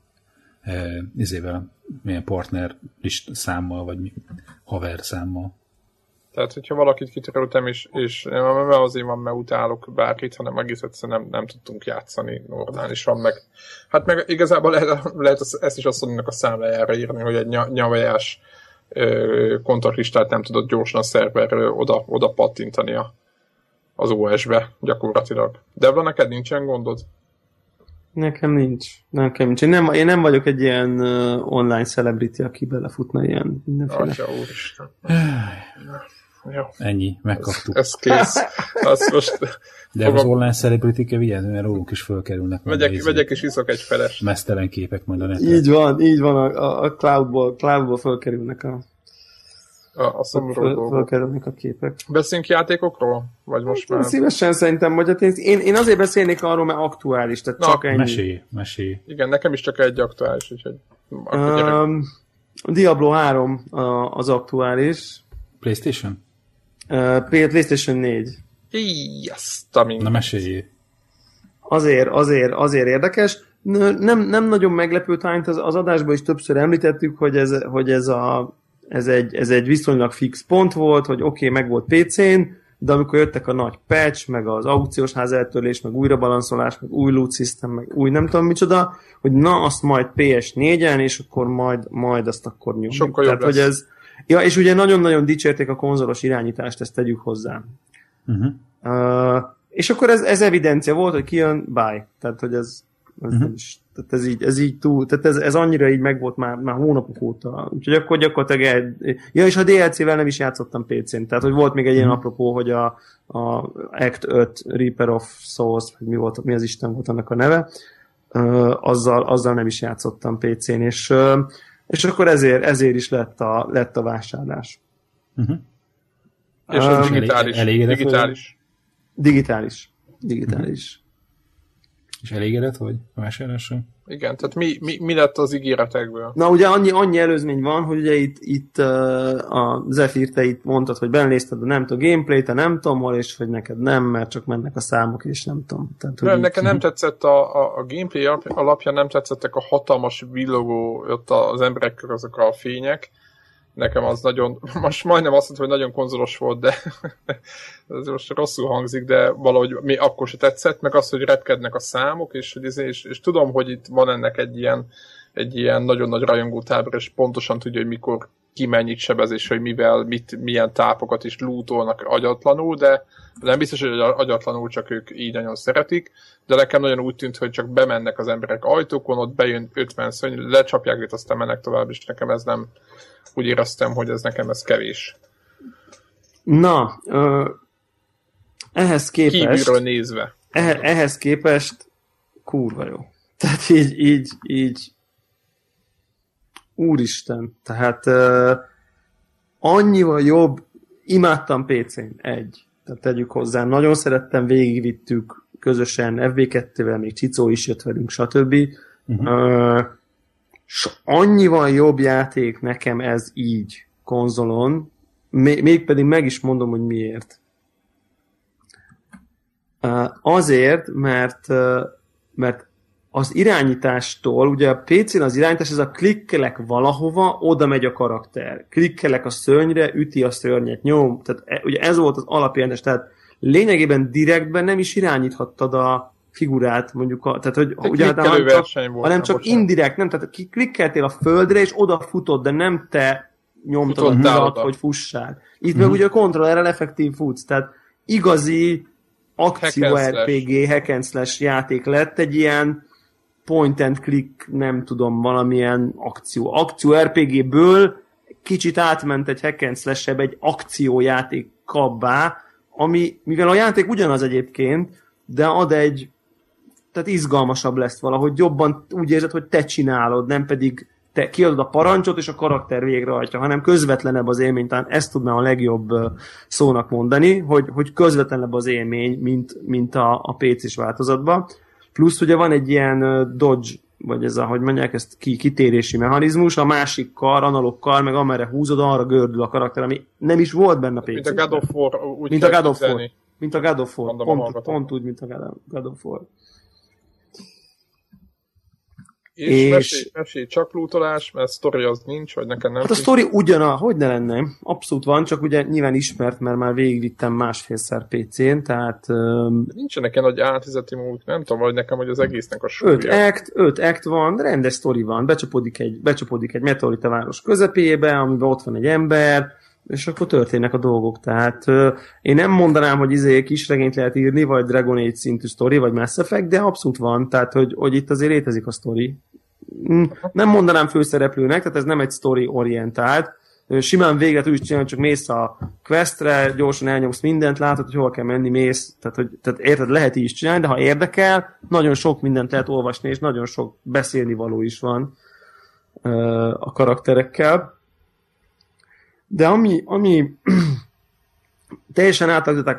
milyen partner számmal, vagy haver számmal. Tehát, hogyha valakit kitöröltem, és nem azért van, mert utálok bárkit, hanem egész egyszerűen nem tudtunk játszani normálisan, meg igazából lehet ezt is azt mondjuk a számlájára írni, hogy egy nyavajás kontaktlistát nem tudod gyorsan a szerverről oda pattintani az OS-be gyakorlatilag. Debla, neked nincsen gondod? Nekem nincs. Én nem vagyok egy ilyen online celebrity, aki belefutna ilyen mindenféle. Atya úristen. Jó. Ennyi, megkaptuk. Ez kész. Most de az online celebrity-ke vigyázni, mert rólunk is fölkerülnek. Megyek és iszok egy feles. Mesztelen képek majd a neten. Így van, a cloudból fölkerülnek fölkerülnek a képek. Beszéljünk játékokról? Vagy most már? Szívesen szerintem, vagy én azért beszélnék arról, mert aktuális, tehát csak ennyi. Mesélj. Igen, nekem is csak egy aktuális, úgyhogy Diablo 3 az aktuális. PlayStation? PlayStation 4. Na mesélj. Azért érdekes. Nem nagyon meglepő, talán az adásban is többször említettük, hogy ez egy viszonylag fix pont volt, hogy oké, meg volt PC-n, de amikor jöttek a nagy patch, meg az aukciós ház eltörlés, meg újrabalanszolás, meg új loot system, meg új nem tudom micsoda, hogy na, azt majd PS4-en, és akkor majd azt akkor nyomjuk. Sokkal jobb lesz. Hogy és ugye nagyon-nagyon dicsérték a konzolos irányítást, ezt tegyük hozzá. És akkor ez evidencia volt, hogy kijön, bye. Tehát, hogy ez ez így túl, tehát ez annyira így megvolt már hónapok óta. Úgyhogy akkor gyakorlatilag és a DLC-vel nem is játszottam PC-n. Tehát, hogy volt még egy ilyen apropó, hogy a Act 5 Reaper of Souls, vagy mi az Isten volt annak a neve, azzal nem is játszottam PC-n, és akkor ezért is lett a vásárlás. És ez digitális. És elégedett vagy a vásárlásra? Igen, tehát mi lett az ígéretekből? Na ugye annyi előzmény van, hogy ugye itt a Zephyr, te itt mondtad, hogy belenézted a nem tudom gameplayt, a nem tudom hol, és hogy neked nem, mert csak mennek a számok, és nem tudom. Tehát, nekem nem tetszett a gameplay alapján, nem tetszettek a hatalmas villogó, ott az emberek körül azok a fények. Nekem az nagyon, most majdnem azt mondtam, hogy nagyon konzolos volt, de ez most rosszul hangzik, de valahogy mi akkor se tetszett, meg az, hogy repkednek a számok, és tudom, hogy itt van ennek egy ilyen nagyon nagy rajongótábor, és pontosan tudja, hogy mikor ki mennyit sebez, és hogy milyen tápokat is lootolnak agyatlanul, de nem biztos, hogy agyatlanul, csak ők így nagyon szeretik, de nekem nagyon úgy tűnt, hogy csak bemennek az emberek ajtókon, ott bejön 50 szörny, lecsapják itt, aztán mennek tovább, és nekem ez nem, úgy éreztem, hogy nekem ez kevés. Na, ehhez képest... Kívülről nézve. Ehhez képest kurva jó. Tehát így úristen. Tehát annyival jobb, imádtam PC-n, tehát tegyük hozzá, nagyon szerettem, végigvittük közösen, FB2-vel, még Csicó is jött velünk, stb. Annyival jobb játék nekem ez így konzolon, mégpedig meg is mondom, hogy miért. Azért, mert az irányítástól, ugye a PC-n az irányítás, ez a klikkelek valahova, oda megy a karakter. Klikkelek a szörnyre, üti a szörnyet, nyom. Tehát ugye ez volt az alapjelentés, tehát lényegében direktben nem is irányíthattad a figurát, mondjuk, tehát hogy ugye, hanem csak indirekt, nem, tehát klikkeltél a földre, és oda futod, de nem te nyomtad a húzat, hogy fussál. Itt meg ugye a kontrollerrel effektív futsz, tehát igazi akció RPG, hack and slash játék lett, egy ilyen point and click, nem tudom, valamilyen akció RPG-ből kicsit átment egy hack and slash-ebb egy akciójáték kabbá, ami, mivel a játék ugyanaz egyébként, de ad egy, tehát izgalmasabb lesz valahogy, jobban úgy érzed, hogy te csinálod, nem pedig te kiadod a parancsot, és a karakter végrehajtja, hanem közvetlenebb az élmény, talán ezt tudnám a legjobb szónak mondani, hogy közvetlenebb az élmény, mint a PC-s változatban. Plusz ugye van egy ilyen dodge, vagy ez ahogy mondják, ezt kitérési mechanizmus, a másik kar, analóg kar, meg amerre húzod, arra gördül a karakter, ami nem is volt benne a PC-ben. Mint a God of War, úgy mint a God of War. Mint a God of War. Pont úgy, mint a God of War. És mesélj csak lootolás, mert sztori az nincs, vagy nekem nem. Hát a sztori hogy ne lenne, abszolút van, csak ugye nyilván ismert, mert már végigvittem másfélszer PC-n, tehát... Nincsenek ilyen nagy átizeti módok, nem tudom, vagy nekem, hogy az egésznek a súlya. 5 act van, rendes sztori van, becsapódik egy meteorita város közepébe, amiben ott van egy ember, és akkor történnek a dolgok. Tehát én nem mondanám, hogy kisregényt lehet írni, vagy Dragon Age szintű sztori, vagy Mass Effect, de abszolút van, tehát hogy itt azért létezik a sztori. Nem mondanám főszereplőnek, tehát ez nem egy sztori orientált. Simán végre tudsz csinálni, csak mész a questre, gyorsan elnyomsz mindent, látod, hogy hol kell menni, mész, tehát érted, lehet így is csinálni, de ha érdekel, nagyon sok mindent lehet olvasni, és nagyon sok beszélni való is van a karakterekkel. De ami teljesen átalakították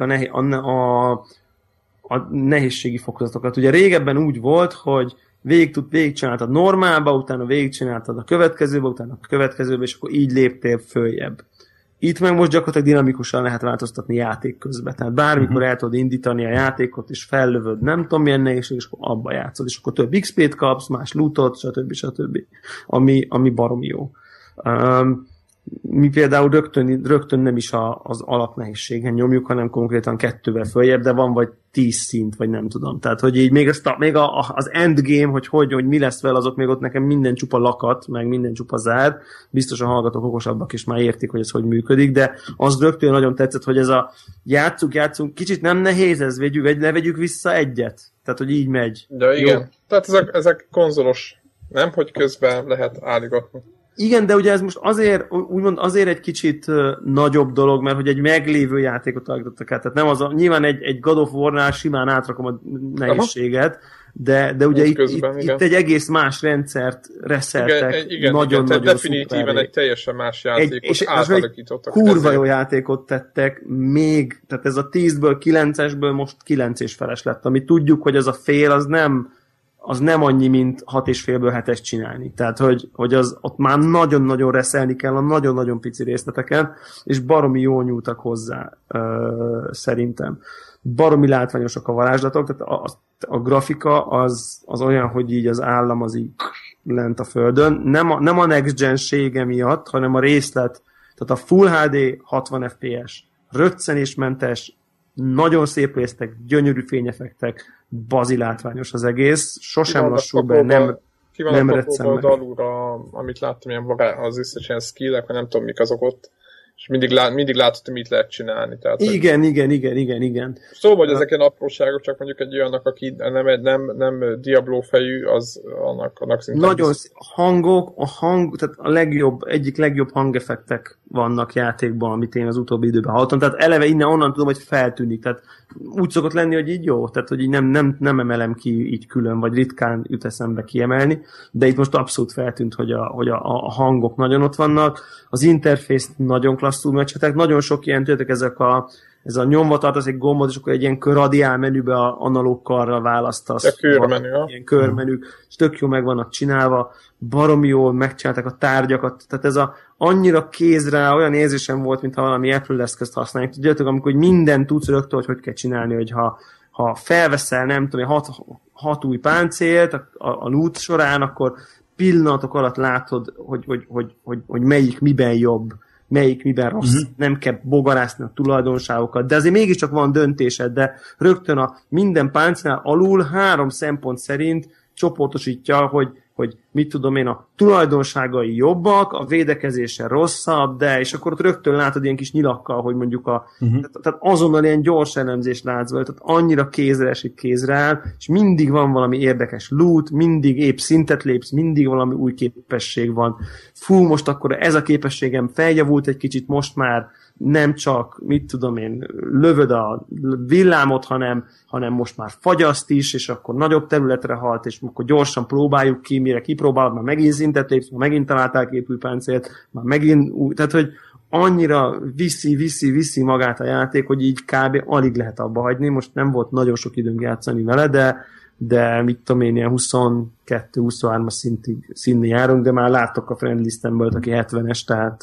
a nehézségi fokozatokat. Ugye régebben úgy volt, hogy végigcsináltad normálba, utána végigcsináltad a következőbe, utána a következőbe, és akkor így léptél följebb. Itt meg most gyakorlatilag dinamikusan lehet változtatni játék közben. Tehát bármikor el tudod indítani a játékot, és fellövöd nem tudom milyen nehézség, és akkor abba játszod, és akkor több XP-t kapsz, más lootot, stb. Ami baromi jó. Mi például rögtön nem is az alapnehézségen nyomjuk, hanem konkrétan 2-vel följebb, de van vagy 10 szint, vagy nem tudom. Tehát, hogy így még az endgame, hogy mi lesz vele, azok még ott nekem minden csupa lakat, meg minden csupa zár. Biztos a hallgatók okosabbak is már értik, hogy ez hogy működik, de az rögtön nagyon tetszett, hogy ez a játszunk, kicsit nem nehéz ez, ne vegyük vissza egyet. Tehát, hogy így megy. De igen. Jó. Tehát ezek konzolos, nem? Hogy közben lehet álligatni. Igen, de ugye ez most azért egy kicsit nagyobb dolog, mert hogy egy meglévő játékot alakítottak át. Tehát nem nyilván egy God of War-nál simán átrakom a nehézséget, de ugye itt egy egész más rendszert reszeltek. Nagyon definitíven egy teljesen más játékot átalakítottak. Kurva jó játékot tettek, még, tehát ez a 10-ből 9-esből most 9 és feles lett, ami tudjuk, hogy ez a fél az nem annyi, mint 6,5-ből 7-es csinálni. Tehát, hogy ott már nagyon-nagyon reszelni kell a nagyon-nagyon pici részleteken, és baromi jól nyúltak hozzá, szerintem. Baromi látványosak a varázslatok, tehát a grafika az olyan, hogy így az állam az így lent a földön. Nem a next gen-sége miatt, hanem a részlet, tehát a Full HD 60 FPS, rögcenésmentes, nagyon szép résztek, gyönyörű fényeffektek, bazilátványos az egész, sosem lassul be, nem reccen meg. Alulra, amit láttam, az összes ilyen skillek, vagy nem tudom mik azok ott, és mindig látod, hogy mit lehet csinálni. Tehát, igen. Szóval, hogy ezek ilyen apróságok, csak mondjuk egy olyannak, aki nem Diablo fejű, az annak szintén... Nagyon tehát egyik legjobb hangeffektek vannak játékban, amit én az utóbbi időben hallottam. Tehát eleve onnan tudom, hogy feltűnik. Tehát úgy szokott lenni, hogy így jó, tehát hogy így nem emelem ki így külön, vagy ritkán jut eszembe kiemelni, de itt most abszolút feltűnt, hogy a hangok nagyon ott vannak, az interfészt nagyon klasszul meccsetek, nagyon sok ilyen ez a nyomva tartasz egy gombot, és akkor egy ilyen radiál menübe a analóg karral választasz. A körmenü, ilyen körmenük, és tök jó meg vannak csinálva, baromi jól megcsinálták a tárgyakat, tehát ez annyira kézre, olyan érzésem volt, mintha valami Apple eszközt használják. Tudjátok, amikor mindent tudsz rögtön, hogy kell csinálni, hogy ha felveszel, nem tudom, 6 új páncélt a loot során, akkor pillanatok alatt látod, hogy melyik miben jobb, melyik miben rossz, nem kell bogarászni a tulajdonságokat, de azért mégiscsak van döntésed, de rögtön a minden páncélnál alul 3 szempont szerint csoportosítja, hogy mit tudom én, a tulajdonságai jobbak, a védekezése rosszabb, de, és akkor ott rögtön látod ilyen kis nyilakkal, hogy mondjuk tehát azonnal ilyen gyors elemzést látsz vele, tehát annyira kézre esik, kézre áll, és mindig van valami érdekes loot, mindig épp szintet lépsz, mindig valami új képesség van. Fú, most akkor ez a képességem feljavult egy kicsit, most már nem csak, mit tudom én, lövöd a villámot, hanem most már fagyaszt is, és akkor nagyobb területre halt, és akkor gyorsan próbáljuk ki, mire kipróbálod, már megint szintet lépsz, már megint találtál képűpáncélt, már megint új, tehát hogy annyira viszi magát a játék, hogy így kb. Alig lehet abba hagyni, most nem volt nagyon sok időnk játszani vele, de mit tudom én, ilyen 22-23-as szintnél járunk, de már láttok a friend listemből, aki 70-es, tehát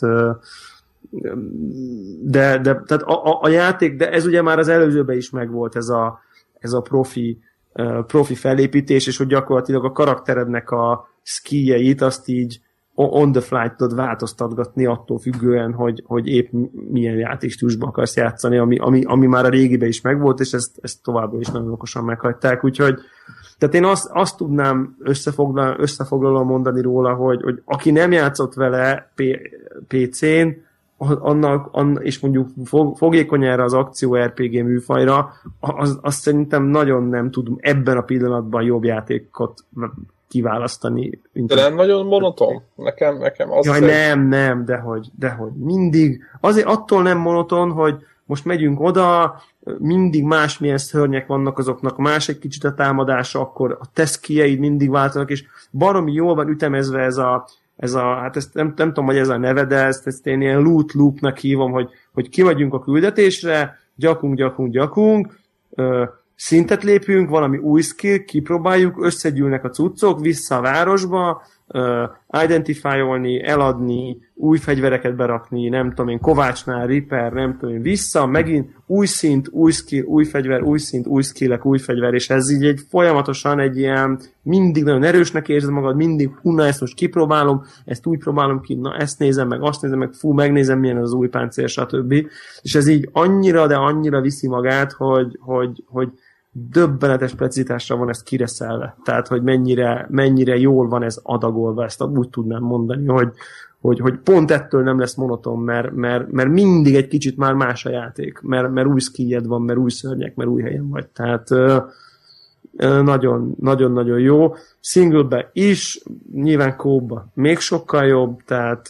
tehát a játék, de ez ugye már az előzőben is megvolt ez a profi felépítés, és hogy gyakorlatilag a karakterednek skijeit, azt így on the fly tudod változtatgatni attól függően, hogy épp milyen játékstílusban akarsz játszani, ami már a régiben is megvolt, és ezt továbbra is nagyon okosan meghagyták, úgyhogy tehát én azt tudnám összefoglalóan mondani róla, hogy aki nem játszott vele PC-n, és mondjuk fogékony erre az akció RPG műfajra, azt szerintem nagyon nem tudom ebben a pillanatban jobb játékot kiválasztani. De nem nagyon monoton? Nekem az... Jaj, nem, dehogy. Mindig. Azért attól nem monoton, hogy most megyünk oda, mindig másmilyen szörnyek vannak azoknak, más egy kicsit a támadása, akkor a te skilleid mindig váltanak, és baromi jól van ütemezve ez a hát ezt nem tudom, hogy ez a neve, de ezt én ilyen loot loopnak hívom, hogy kimegyünk a küldetésre, gyakunk, szintet lépünk, valami új skill, kipróbáljuk, összegyűlnek a cuccok, vissza a városba, identifájolni, eladni, új fegyvereket berakni, nem tudom én, kovácsnál, repair, nem tudom én, vissza, megint új szint, új skill, új fegyver, új szint, új skillek, új fegyver, és ez így folyamatosan egy ilyen, mindig nagyon erősnek érzed magad, mindig, na ezt most kipróbálom, ezt úgy próbálom ki, na ezt nézem meg, azt nézem meg, megnézem milyen az új páncél, stb. És ez így annyira, de annyira viszi magát, hogy döbbenetes precizitásra van ezt kireszelve. Tehát, hogy mennyire jól van ez adagolva, ezt úgy tudnám mondani, hogy pont ettől nem lesz monoton, mert mindig egy kicsit már más a játék, mert új skilled van, mert új szörnyek, mert új helyen vagy. Tehát nagyon-nagyon jó. Singlebe is, nyilván co-ba még sokkal jobb, tehát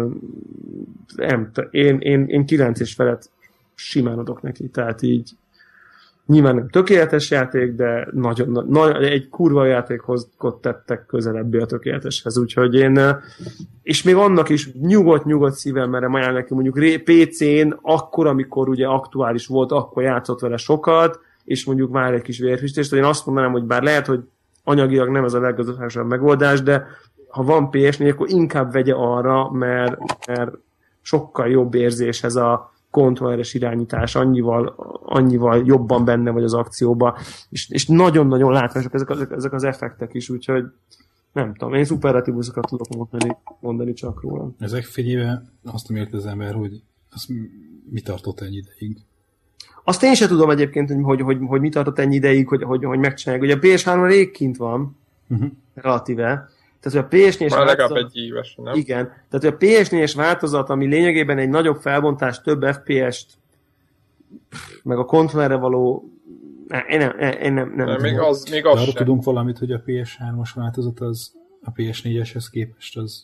én 9 és felett simán adok neki, tehát így nyilván nem tökéletes játék, de egy kurva játékhoz tettek közelebbi a tökéleteshez, úgyhogy és még annak is nyugodt szívvel merem ajánlani neki, mondjuk PC-n akkor, amikor ugye aktuális volt, akkor játszott vele sokat, és mondjuk vár egy kis vérfüstést, én azt mondanám, hogy bár lehet, hogy anyagilag nem ez a leggazdaságosabb megoldás, de ha van PS4, akkor inkább vegye arra, mert sokkal jobb érzés ez a kontrolleres irányítás, annyival jobban benne vagy az akcióba, és nagyon-nagyon látványosak ezek az effektek is, úgyhogy nem tudom, én szuperlatívuszokat tudok mondani csak róla. Ezek fényében azt nem ért az ember, hogy az mi tartott ennyi ideig? Azt én sem tudom egyébként, hogy mi tartott ennyi ideig, hogy megcsinálják. Ugye a PS3 rég kint van, relatíve, tehát, hogy a PS4-es már legalább egy éves, nem? Igen. Tehát, hogy a PS4-es változat, ami lényegében egy nagyobb felbontás, több FPS-t, meg a kontrollerre való... Én nem még az arra tudunk valamit, hogy a PS3-as változat az a PS4-eshez képest az...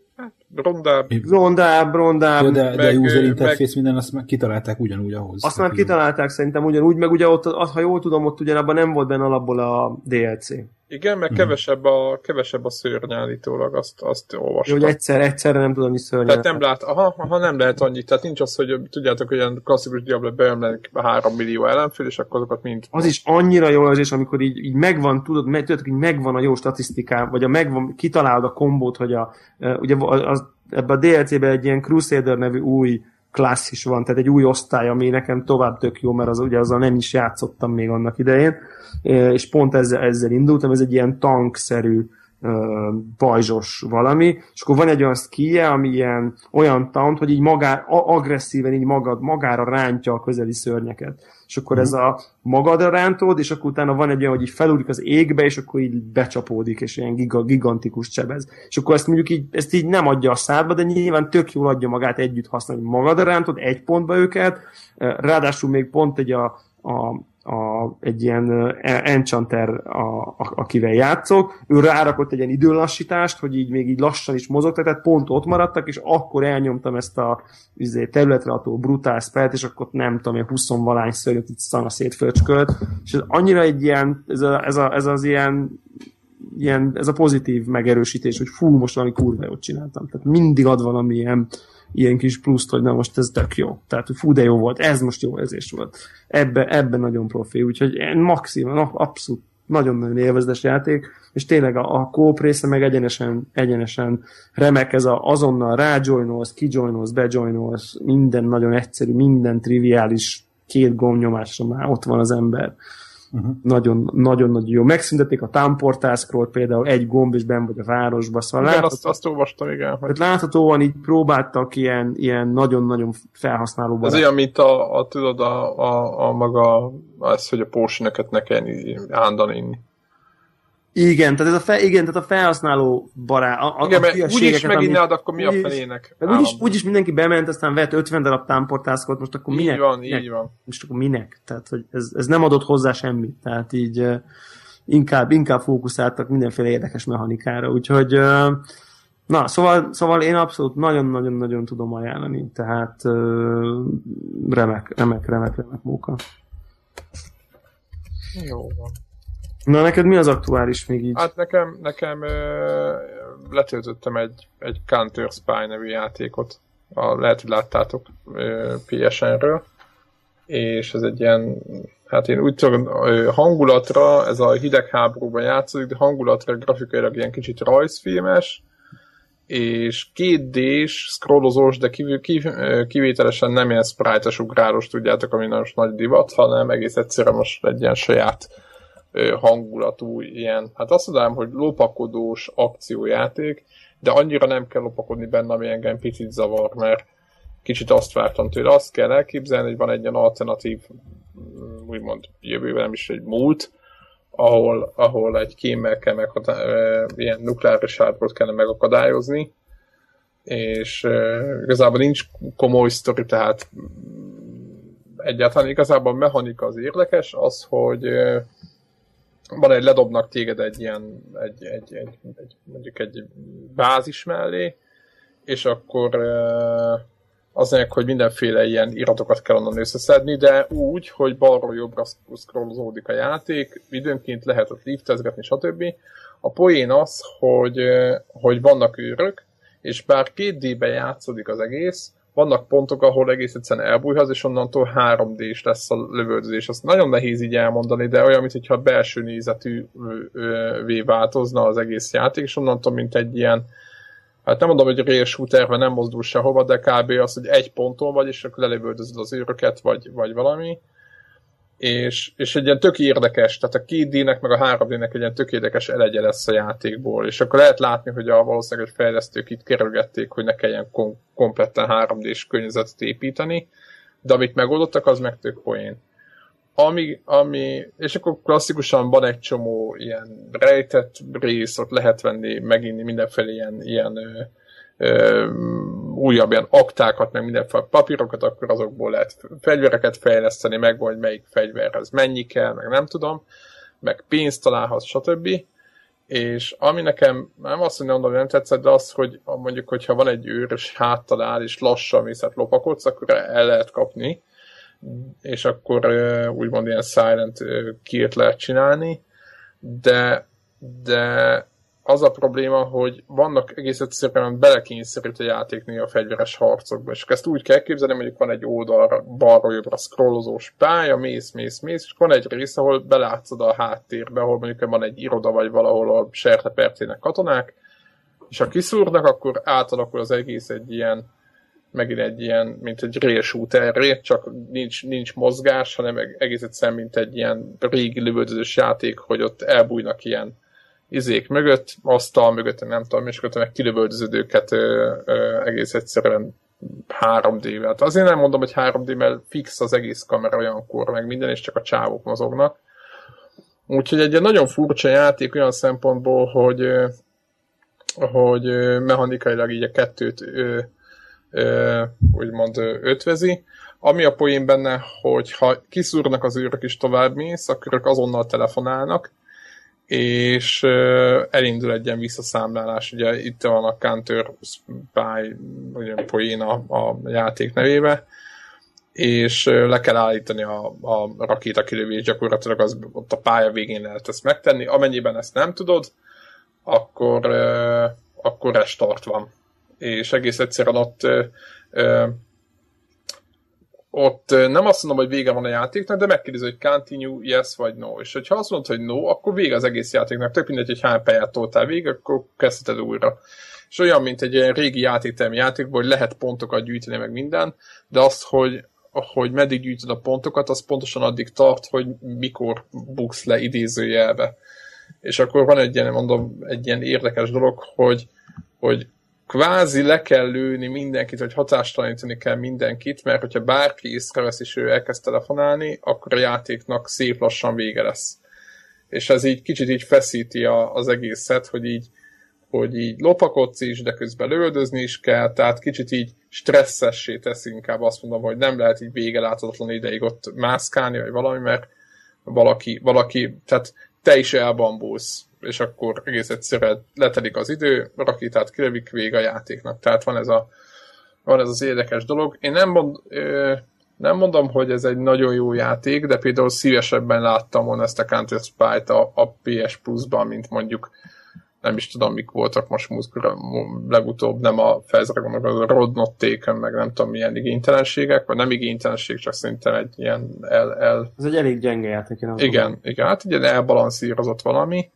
Rondább. De user interface minden, azt már kitalálták ugyanúgy ahhoz. Azt már kitalálták szerintem ugyanúgy, meg ugye ott, ha jól tudom, ott ugyanabban nem volt benne alapból a DLC. Igen, meg kevesebb a szörny állítólag, azt olvastam. Jó, hogy egyszerre nem tudom, mi szörny. Tehát nem lát, nem lehet annyit, tehát nincs az, hogy tudjátok, hogy ilyen klasszikus Diablo beömlenik 3 millió ellenfél, és akkor azokat mind... Az is annyira jó az, és amikor így megvan, tudod, hogy megvan a jó statisztiká, vagy kitalálod a kombót, hogy ugye ebben a DLC-ben egy ilyen Crusader nevű új klassz is van, tehát egy új osztály, ami nekem tovább tök jó, mert ugye azzal nem is játszottam még annak idején, és pont ezzel indultam, ez egy ilyen tankszerű pajzsos valami, és akkor van egy olyan skillje, ami ilyen olyan taunt, hogy így agresszíven így magára rántja a közeli szörnyeket. És akkor ez a magadra rántod, és akkor utána van egy olyan, hogy így felúrik az égbe, és akkor így becsapódik, és ilyen gigantikus csebez. És akkor ezt mondjuk ezt így nem adja a szádba, de nyilván tök jól adja magát együtt használni. Magadra rántod egy pontba őket, ráadásul még pont egy ilyen enchanter, akivel játszok, ő rárakott egy ilyen időlassítást, hogy így még így lassan is mozogtak, tehát pont ott maradtak, és akkor elnyomtam ezt a területre attól brutál spellt, és akkor nem tudom, ilyen 20-valány szörnyet itt szana szétfölcskölt, és ez annyira egy ilyen, ez a pozitív megerősítés, hogy fú, most valami kurva jót csináltam. Tehát mindig ad valami ilyen kis pluszt, hogy na most ez tök jó. Tehát, hogy fú, de jó volt, ez most jó érzés volt. Ebben nagyon profi, úgyhogy maximum, abszolút nagyon-nagyon élvezetes játék, és tényleg a co-op része meg egyenesen remek, ez azonnal rájoinolsz, kijoinolsz, bejoinolsz, minden nagyon egyszerű, minden triviális, 2 gombnyomásra már ott van az ember. Nagyon-nagyon jó. Megszüntették a támportászkról, például egy gomb, és benn vagy a városba. Szóval igen, azt olvastam, igen. Hogy láthatóan így próbáltak ilyen nagyon-nagyon felhasználó barát. Ez olyan, mint tudod, a maga, az, hogy a pósineket ne kell állandóan inni. Igen, tehát a felhasználó barát. Igen, mert úgyis meginnád, akkor mi a felének? Úgyis mindenki bement, aztán vett 50 darab támportászkot, most akkor minek? Így van. Most akkor minek? Tehát, hogy ez nem adott hozzá semmit. Tehát így inkább fókuszáltak mindenféle érdekes mechanikára. Úgyhogy na, szóval én abszolút nagyon-nagyon-nagyon tudom ajánlani. Tehát remek móka. Jó van. Na, neked mi az aktuális még így? Hát nekem letöltöttem egy Counter Spy nevű játékot. Lehet, hogy láttátok PSN-ről. És ez egy ilyen, hát én úgy tudom, hangulatra, ez a hidegháborúban játszik, de hangulatra grafikailag ilyen kicsit rajzfilmes, és 2D-s, scrollozós, de kivételesen nem ilyen sprite-es ugrálós, tudjátok, ami most nagy divat, hanem egész egyszerűen most egy ilyen saját hangulatú ilyen, hát azt mondanám, hogy lopakodós akciójáték, de annyira nem kell lopakodni benne, ami engem picit zavar, mert kicsit azt vártam tőle. Azt kell elképzelni, hogy van egy ilyen alternatív, úgymond jövőben nem is egy múlt, ahol egy kémmel kell ilyen nukleáris háborút kellene megakadályozni, és igazából nincs komoly sztori, tehát egyáltalán igazából a mechanika az érdekes, az, hogy van ledobnak téged egy ilyen, mondjuk egy bázis mellé, és akkor az mondják, hogy mindenféle ilyen iratokat kell onnan összeszedni, de úgy, hogy balról jobbra scrollozódik a játék, időnként lehet ott liftezgetni, stb. A poén az, hogy vannak őrök, és bár 2D-ben játszódik az egész, vannak pontok, ahol egész egyszerűen elbújhatsz, és onnantól 3D-s lesz a lövöldözés. Azt nagyon nehéz így elmondani, de olyan, mintha belső nézetűvé változna az egész játék, és onnantól, mint egy ilyen, hát nem mondom, hogy rail shooter, mert nem mozdul sehova, de kb. Az, hogy egy ponton vagy, és akkor lelövöldözöd az őröket, vagy valami. És egy ilyen tök érdekes, tehát a 2D-nek meg a 3D-nek egy ilyen tök érdekes elegye lesz a játékból, és akkor lehet látni, hogy valószínűleg egy fejlesztők itt kerülgették, hogy ne kelljen kompletten 3D-s környezetet építeni, de amit megoldottak, az meg tök poén. És akkor klasszikusan van egy csomó ilyen rejtett rész, ott lehet venni, meginni mindenféle ilyen újabb ilyen aktákat, meg mindenféle papírokat, akkor azokból lehet fegyvereket fejleszteni, meg vagy melyik fegyverhez mennyi kell, meg nem tudom, meg pénzt találhatsz, stb. És ami nekem nem azt mondom, hogy nem tetszett, de az, hogy mondjuk, hogyha van egy őr, és háttal áll, és lassan mész, hát lopakodsz, akkor el lehet kapni, és akkor úgymond ilyen silent killt lehet csinálni, de az a probléma, hogy vannak egész egyszerűen belekényszerít a játéknél a fegyveres harcokba, és ezt úgy kell képzelni, mondjuk van egy oldalra, balra jobbra scrollozós pálya, mész, és van egy rész, ahol belátszod a háttérbe, ahol mondjuk van egy iroda, vagy valahol a sertepercének katonák, és ha kiszúrnak, akkor átalakul az egész egy ilyen, megint egy ilyen, mint egy rail shooterré, csak nincs mozgás, hanem egész egyszerűen, mint egy ilyen régi lövöldözős játék, hogy ott elbújnak ilyen izék mögött, asztal mögött, nem tudom, és akkor meg kilövöldözöd őket egész egyszerűen 3D-vel. Azért nem mondom, hogy 3D, mert fix az egész kamera olyankor, meg minden, és csak a csávok mozognak. Úgyhogy egy nagyon furcsa játék olyan szempontból, hogy mechanikailag így a kettőt úgymond ötvezi. Ami a poén benne, hogy ha kiszúrnak az őrök és tovább mész, akkor ők azonnal telefonálnak, és elindul egy ilyen visszaszámlálás. Ugye itt van a Counter Spy, ugye poén a játék nevébe, és le kell állítani a rakétakilövést, gyakorlatilag ott a pálya végén lehet ezt megtenni. Amennyiben ezt nem tudod, akkor restart van. És egész egyszerűen ott nem azt mondom, hogy vége van a játéknak, de megkérdezi, hogy continue, yes vagy no. És hogyha azt mondod, hogy no, akkor vége az egész játéknak. Tök mindegy, hogy hány pályát toltál végig, akkor kezdheted újra. És olyan, mint egy ilyen régi játéktermi játékból, hogy lehet pontokat gyűjteni meg minden, de az, hogy hogy meddig gyűjtöd a pontokat, az pontosan addig tart, hogy mikor buksz le idézőjelbe. És akkor van egy ilyen érdekes dolog, hogy kvázi le kell lőni mindenkit, vagy hatástalanítani kell mindenkit, mert hogyha bárki észrevesz és ő elkezd telefonálni, akkor a játéknak szép lassan vége lesz. És ez így kicsit így feszíti az egészet, hogy így lopakodsz is, de közben lövöldözni is kell, tehát kicsit így stresszessé tesz, inkább azt mondom, hogy nem lehet így végeláthatatlan ideig ott mászkálni, vagy valami, mert valaki, tehát te is elbambulsz, és akkor egész egyszerűen letelik az idő, rakétát kilövik, vége a játéknak. Tehát van ez az érdekes dolog. Én nem mondom, hogy ez egy nagyon jó játék, de például szívesebben láttam volna ezt a Counter-Strike-t a PS Plus-ban, mint mondjuk nem is tudom, mik voltak most legutóbb, nem a Fezre gondolok, a Rod Not Taken, meg nem tudom milyen igénytelenségek, vagy nem igénytelenség, csak szerintem egy ilyen Ez egy elég gyenge játék. Igen, hát egy ilyen elbalanszírozott valami.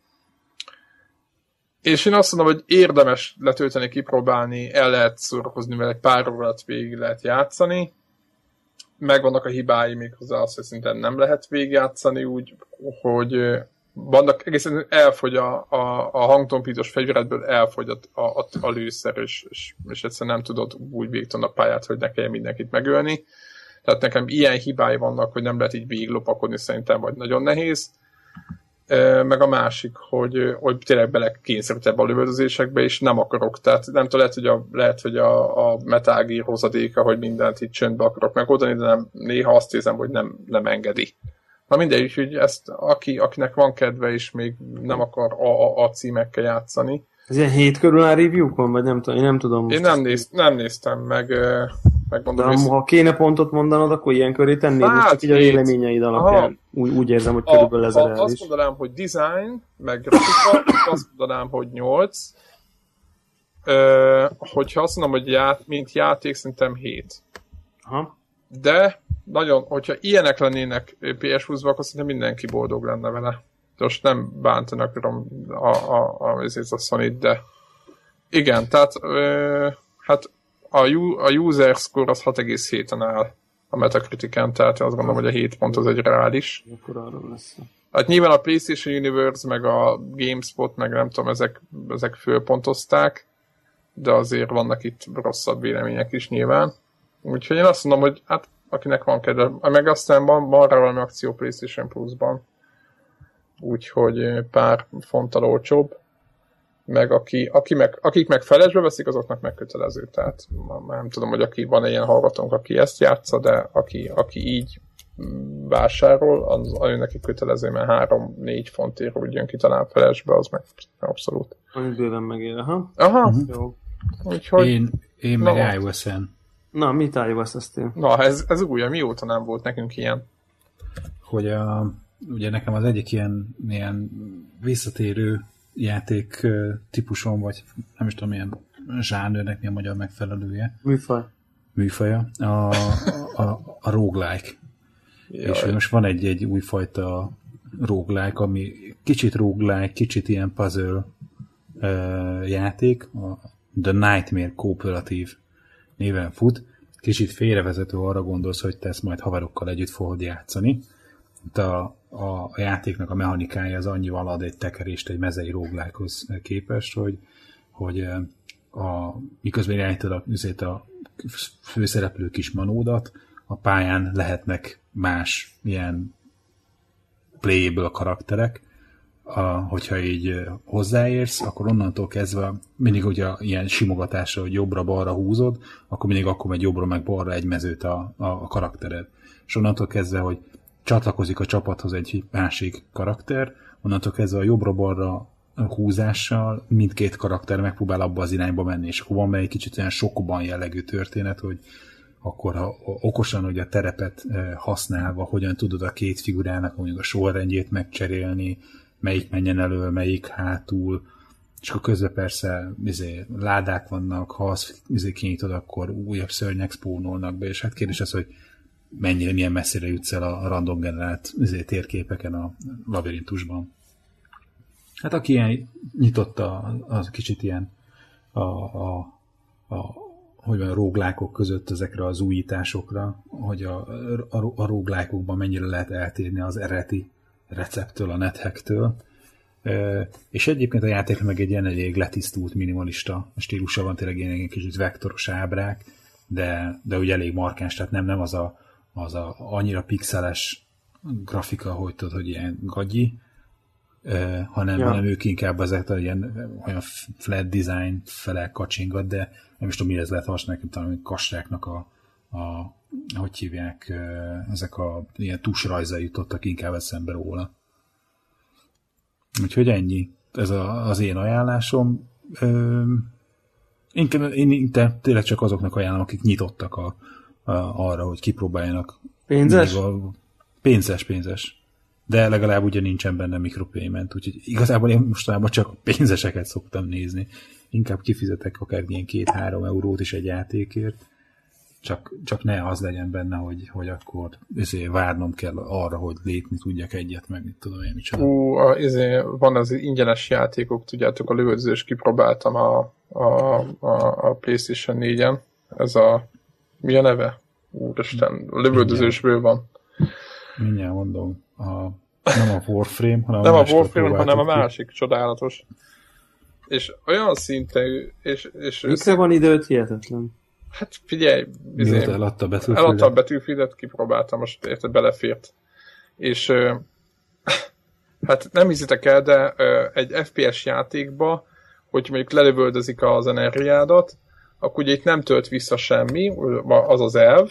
És én azt mondom, hogy érdemes letölteni, kipróbálni, el lehet szórakozni, mert egy pár órát végig lehet játszani. Megvannak a hibái, méghozzá az, hogy szintén nem lehet végigjátszani úgy, hogy vannak, egészen elfogy a hangtompítós fegyveredből elfogy a lőszer, és egyszerűen nem tudod úgy végtelen a pályát, hogy ne kelljen mindenkit megölni. Tehát nekem ilyen hibái vannak, hogy nem lehet így végiglopakodni szerintem, vagy nagyon nehéz. Meg a másik, hogy tényleg bele kényszerített a lövöldözésekbe, és nem akarok. Tehát nem tudom, lehet, hogy a Metal Gear hozadéka, hogy mindent itt csöndbe akarok megoldani, de nem, néha azt érzem, hogy nem engedi. Na mindegy, úgyhogy ezt akinek van kedve, és még nem akar a címekkel játszani. Ez ilyen 7 körül áll review-kon, vagy nem tudom? Én nem tudom. Én nem néztem meg. Megmondom, de ha kéne pontot mondanod, akkor ilyen köré tennéd, most csak így a véleményeid alapján. Úgy érzem, hogy körülbelül ez reális. Azt mondanám, hogy design, meg grafika, azt mondanám, hogy 8. Hogyha azt mondom, hogy mint játék, szerintem 7. Aha. De nagyon, hogyha ilyenek lennének PS Plus-ba, akkor szerintem mindenki boldog lenne vele. Most nem bántanak a Sony-t, de igen, tehát hát a user score az 6,7-en áll a Metacritic-en, tehát azt gondolom, hogy a 7 pont az egy reális. Akkor arról lesz. Hát nyilván a PlayStation Universe, meg a GameSpot, meg nem tudom, ezek fölpontozták, de azért vannak itt rosszabb vélemények is nyilván. Úgyhogy én azt mondom, hogy hát akinek van kedve, meg aztán van rá valami akció PlayStation Plus-ban. Úgyhogy pár fonttal olcsóbb. Meg akik meg felesbe veszik, azoknak megkötelező. Tehát nem tudom, hogy aki van ilyen hallgatónk, aki ezt játsza, de aki így vásárol, az neki kötelező, mert 3-4 fontért úgy jön ki talán felesbe, az meg abszolút. Amit bőven megér, aha. Jó. Úgyhogy, én meg iOS-en. Na, mit iOS-eztél? Na, ez új, mióta nem volt nekünk ilyen? Hogy ugye nekem az egyik ilyen visszatérő játék típusom, vagy nem is tudom, milyen zsánőrnek mi a magyar megfelelője. Műfaja. A roguelike. Jaj. És most van egy újfajta roguelike, ami kicsit roguelike, kicsit ilyen puzzle játék. A The Nightmare Cooperative néven fut. Kicsit félrevezető, arra gondolsz, hogy te ezt majd haverokkal együtt fogod játszani. A játéknak a mechanikája az annyival ad egy tekerést egy mezei roguelike-hoz képest, hogy miközben irányítod a főszereplő kis manódat, a pályán lehetnek más ilyen playable karakterek, hogyha így hozzáérsz, akkor onnantól kezdve mindig ugye ilyen simogatásra, hogy jobbra-balra húzod, akkor mindig megy jobbra meg balra egy mezőt a karaktered. És onnantól kezdve, hogy csatlakozik a csapathoz egy másik karakter, onnantól kezdve a jobbra-balra húzással mindkét karakter megpróbál abba az irányba menni, és akkor van benne egy kicsit olyan sokban jellegű történet, hogy akkor ha okosan, hogy a terepet használva, hogyan tudod a két figurának mondjuk a sorrendjét megcserélni, melyik menjen elő, melyik hátul, és akkor közben persze ládák vannak, ha azt kinyitod, akkor újabb szörnyek spónolnak be, és hát kérdés az, hogy milyen messzire jutsz el a random generált térképeken a labirintusban. Hát aki ilyen nyitotta, az kicsit ilyen a hogy van a roguelike-ok között ezekre az újításokra, hogy a roguelike-okban mennyire lehet eltérni az eredeti recepttől, a NetHack-től. És egyébként a játék meg egy ilyen elég letisztult minimalista stílusa van, tényleg ilyen kicsit vektoros ábrák, de ugye elég markáns, tehát nem az a annyira pixeles grafika, hogy tudod, hogy ilyen gagyi, hanem ők inkább ezek ilyen olyan flat design fele kacsingat, de nem is tudom, mi ez lehet használni, talán kasráknak hogy hívják, ezek a ilyen tusrajzai jutottak inkább eszembe róla. Úgyhogy ennyi. Ez az én ajánlásom. Én tényleg csak azoknak ajánlom, akik nyitottak arra, hogy kipróbáljanak. Pénzes? Pénzes. De legalább ugye nincsen benne micropayment, úgyhogy igazából én mostanában csak pénzeseket szoktam nézni. Inkább kifizetek akár ilyen 2-3 eurót is egy játékért. Csak ne az legyen benne, hogy akkor várnom kell arra, hogy lépni tudjak egyet, meg mit tudom én micsoda. Van az ingyenes játékok, tudjátok, a lövöldözős kipróbáltam a PlayStation 4-en. Ez mi a neve? Úristen, a lövöldözősből van. Mindjárt mondom. Nem a Warframe, hanem nem a Warframe, hanem a másik csodálatos. És olyan szintű, és mikre van időt? Hihetetlen. Hát figyelj, eladta a Battlefieldet, kipróbáltam, most érted, belefért. És hát nem hiszitek el, de egy FPS játékba, hogy mondjuk lelövöldözik az energiádat, akkor ugye itt nem tölt vissza semmi, az az elv,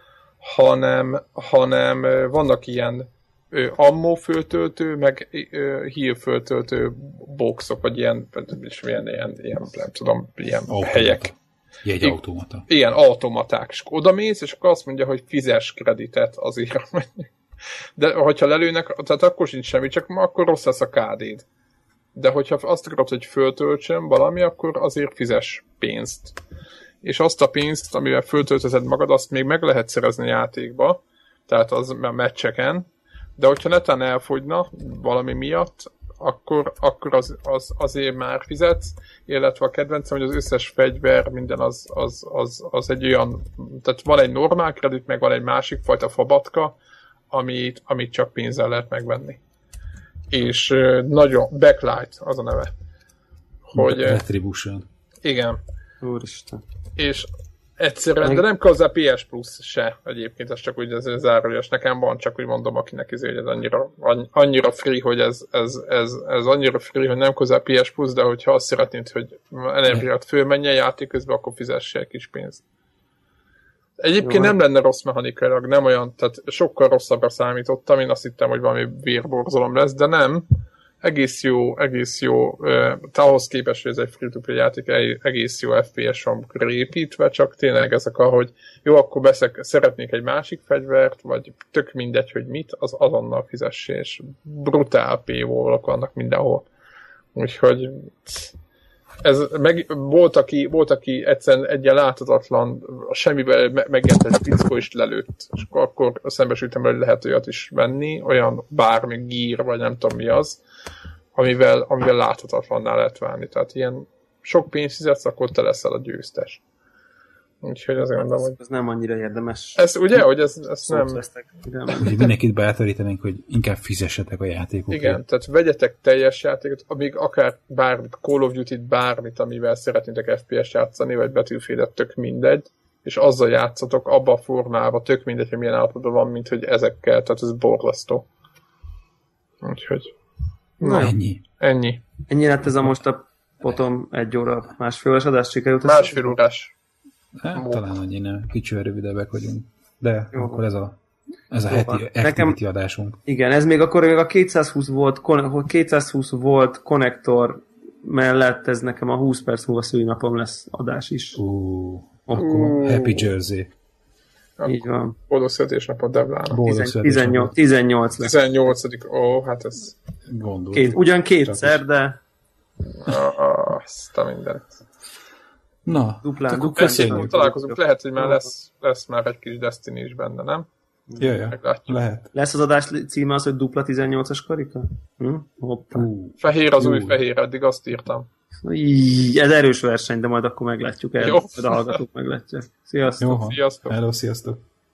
hanem vannak ilyen ammo föltöltő, meg heal föltöltő boxok, vagy ilyen nem tudom, ilyen helyek. Jegyautomata. Ilyen automaták. És oda mész, és akkor azt mondja, hogy fizes kreditet azért. De hogyha lelőnek, tehát akkor sincs semmi, csak akkor rossz lesz a KD-d. De hogyha azt akarod, hogy föltöltsön valami, akkor azért fizes pénzt. És azt a pénzt, amivel föltöltözed magad, azt még meg lehet szerezni a játékba, tehát az a meccseken, de hogyha netán elfogyna valami miatt, akkor azért már fizetsz, illetve a kedvencem, hogy az összes fegyver, minden az egy olyan, tehát van egy normál kredit, meg van egy másik fajta fabatka, amit csak pénzzel lehet megvenni. És nagyon, Backlight az a neve. Hogy, Retribution. Igen. Úristen. És egyszerűen, de nem kell hozzá PS Plus se egyébként, ez csak úgy ez zárójas. Nekem van, csak úgy mondom, akinek hogy ez annyira free, hogy ez annyira free, hogy nem hozzá PS Plus, de hogyha azt szeretnéd, hogy energiát fölmenjen játék közben, akkor fizesse egy kis pénzt. Egyébként nem lenne rossz mechanikailag, nem olyan, tehát sokkal rosszabbra számítottam, én azt hittem, hogy valami vérborzalom lesz, de nem. Egész jó, ahhoz képest, hogy ez egy free-to-play játék, egész jó FPS-on építve, csak tényleg ezek hogy jó, akkor szeretnék egy másik fegyvert, vagy tök mindegy, hogy mit, az azonnal fizessé, és brutál paywall-ok vannak mindenhol. Úgyhogy volt, aki egyszerűen egy ilyen láthatatlan, semmivel megjelent egy pickó is lelőtt, és akkor szembesültem, hogy lehet olyat is venni, olyan bármi gír, vagy nem tudom mi az, amivel láthatatlanná lehet válni. Tehát ilyen sok pénzt fizetsz, akkor te leszel a győztes. Úgyhogy azért mondom, hogy... Ez nem annyira érdemes. Ez ugye, hogy ez nem... Úgyhogy mindenkit beátorítanénk, hogy inkább fizessetek a játékokért. Igen, tehát vegyetek teljes játékot, amíg akár bármit, Call of Duty-t, bármit, amivel szeretnétek FPS játszani, vagy Battlefield-et, tök mindegy, és azzal játszatok abba a formában, tök mindegy, hogy milyen állapotban van, mint hogy ezekkel, tehát ez borzasztó. Úgyhogy... Na, ennyi. Ennyi lett ez a most a potom 1 óra, másfél órás adás sikerült? Másfél órás. Hát, talán annyi nem, kicsivel rövidebbek vagyunk. De jó. Akkor ez a heti activity adásunk. Igen, ez még akkor a 220 volt konnektor mellett, ez nekem a 20 perc múlva szülinapom lesz adás is. Happy Jersey. Így van. Boldog születésnapot Devlának. 18 lesz. 18. Hát ez... Ugyan kétszer, de... Azt a mindent. Na, duplán. Köszönjük. Találkozunk. Lehet, hogy már lesz már egy kis Destiny is benne, nem? Jaj, lehet. Lesz az adás címe az, hogy dupla 18-as karika? Hoppá. Fehér az új fehér, eddig azt írtam. Ez erős verseny, de majd akkor meglátjuk el. A hallgatók meglátják. Sziasztok! Jó, sziasztok! Hello, sziasztok!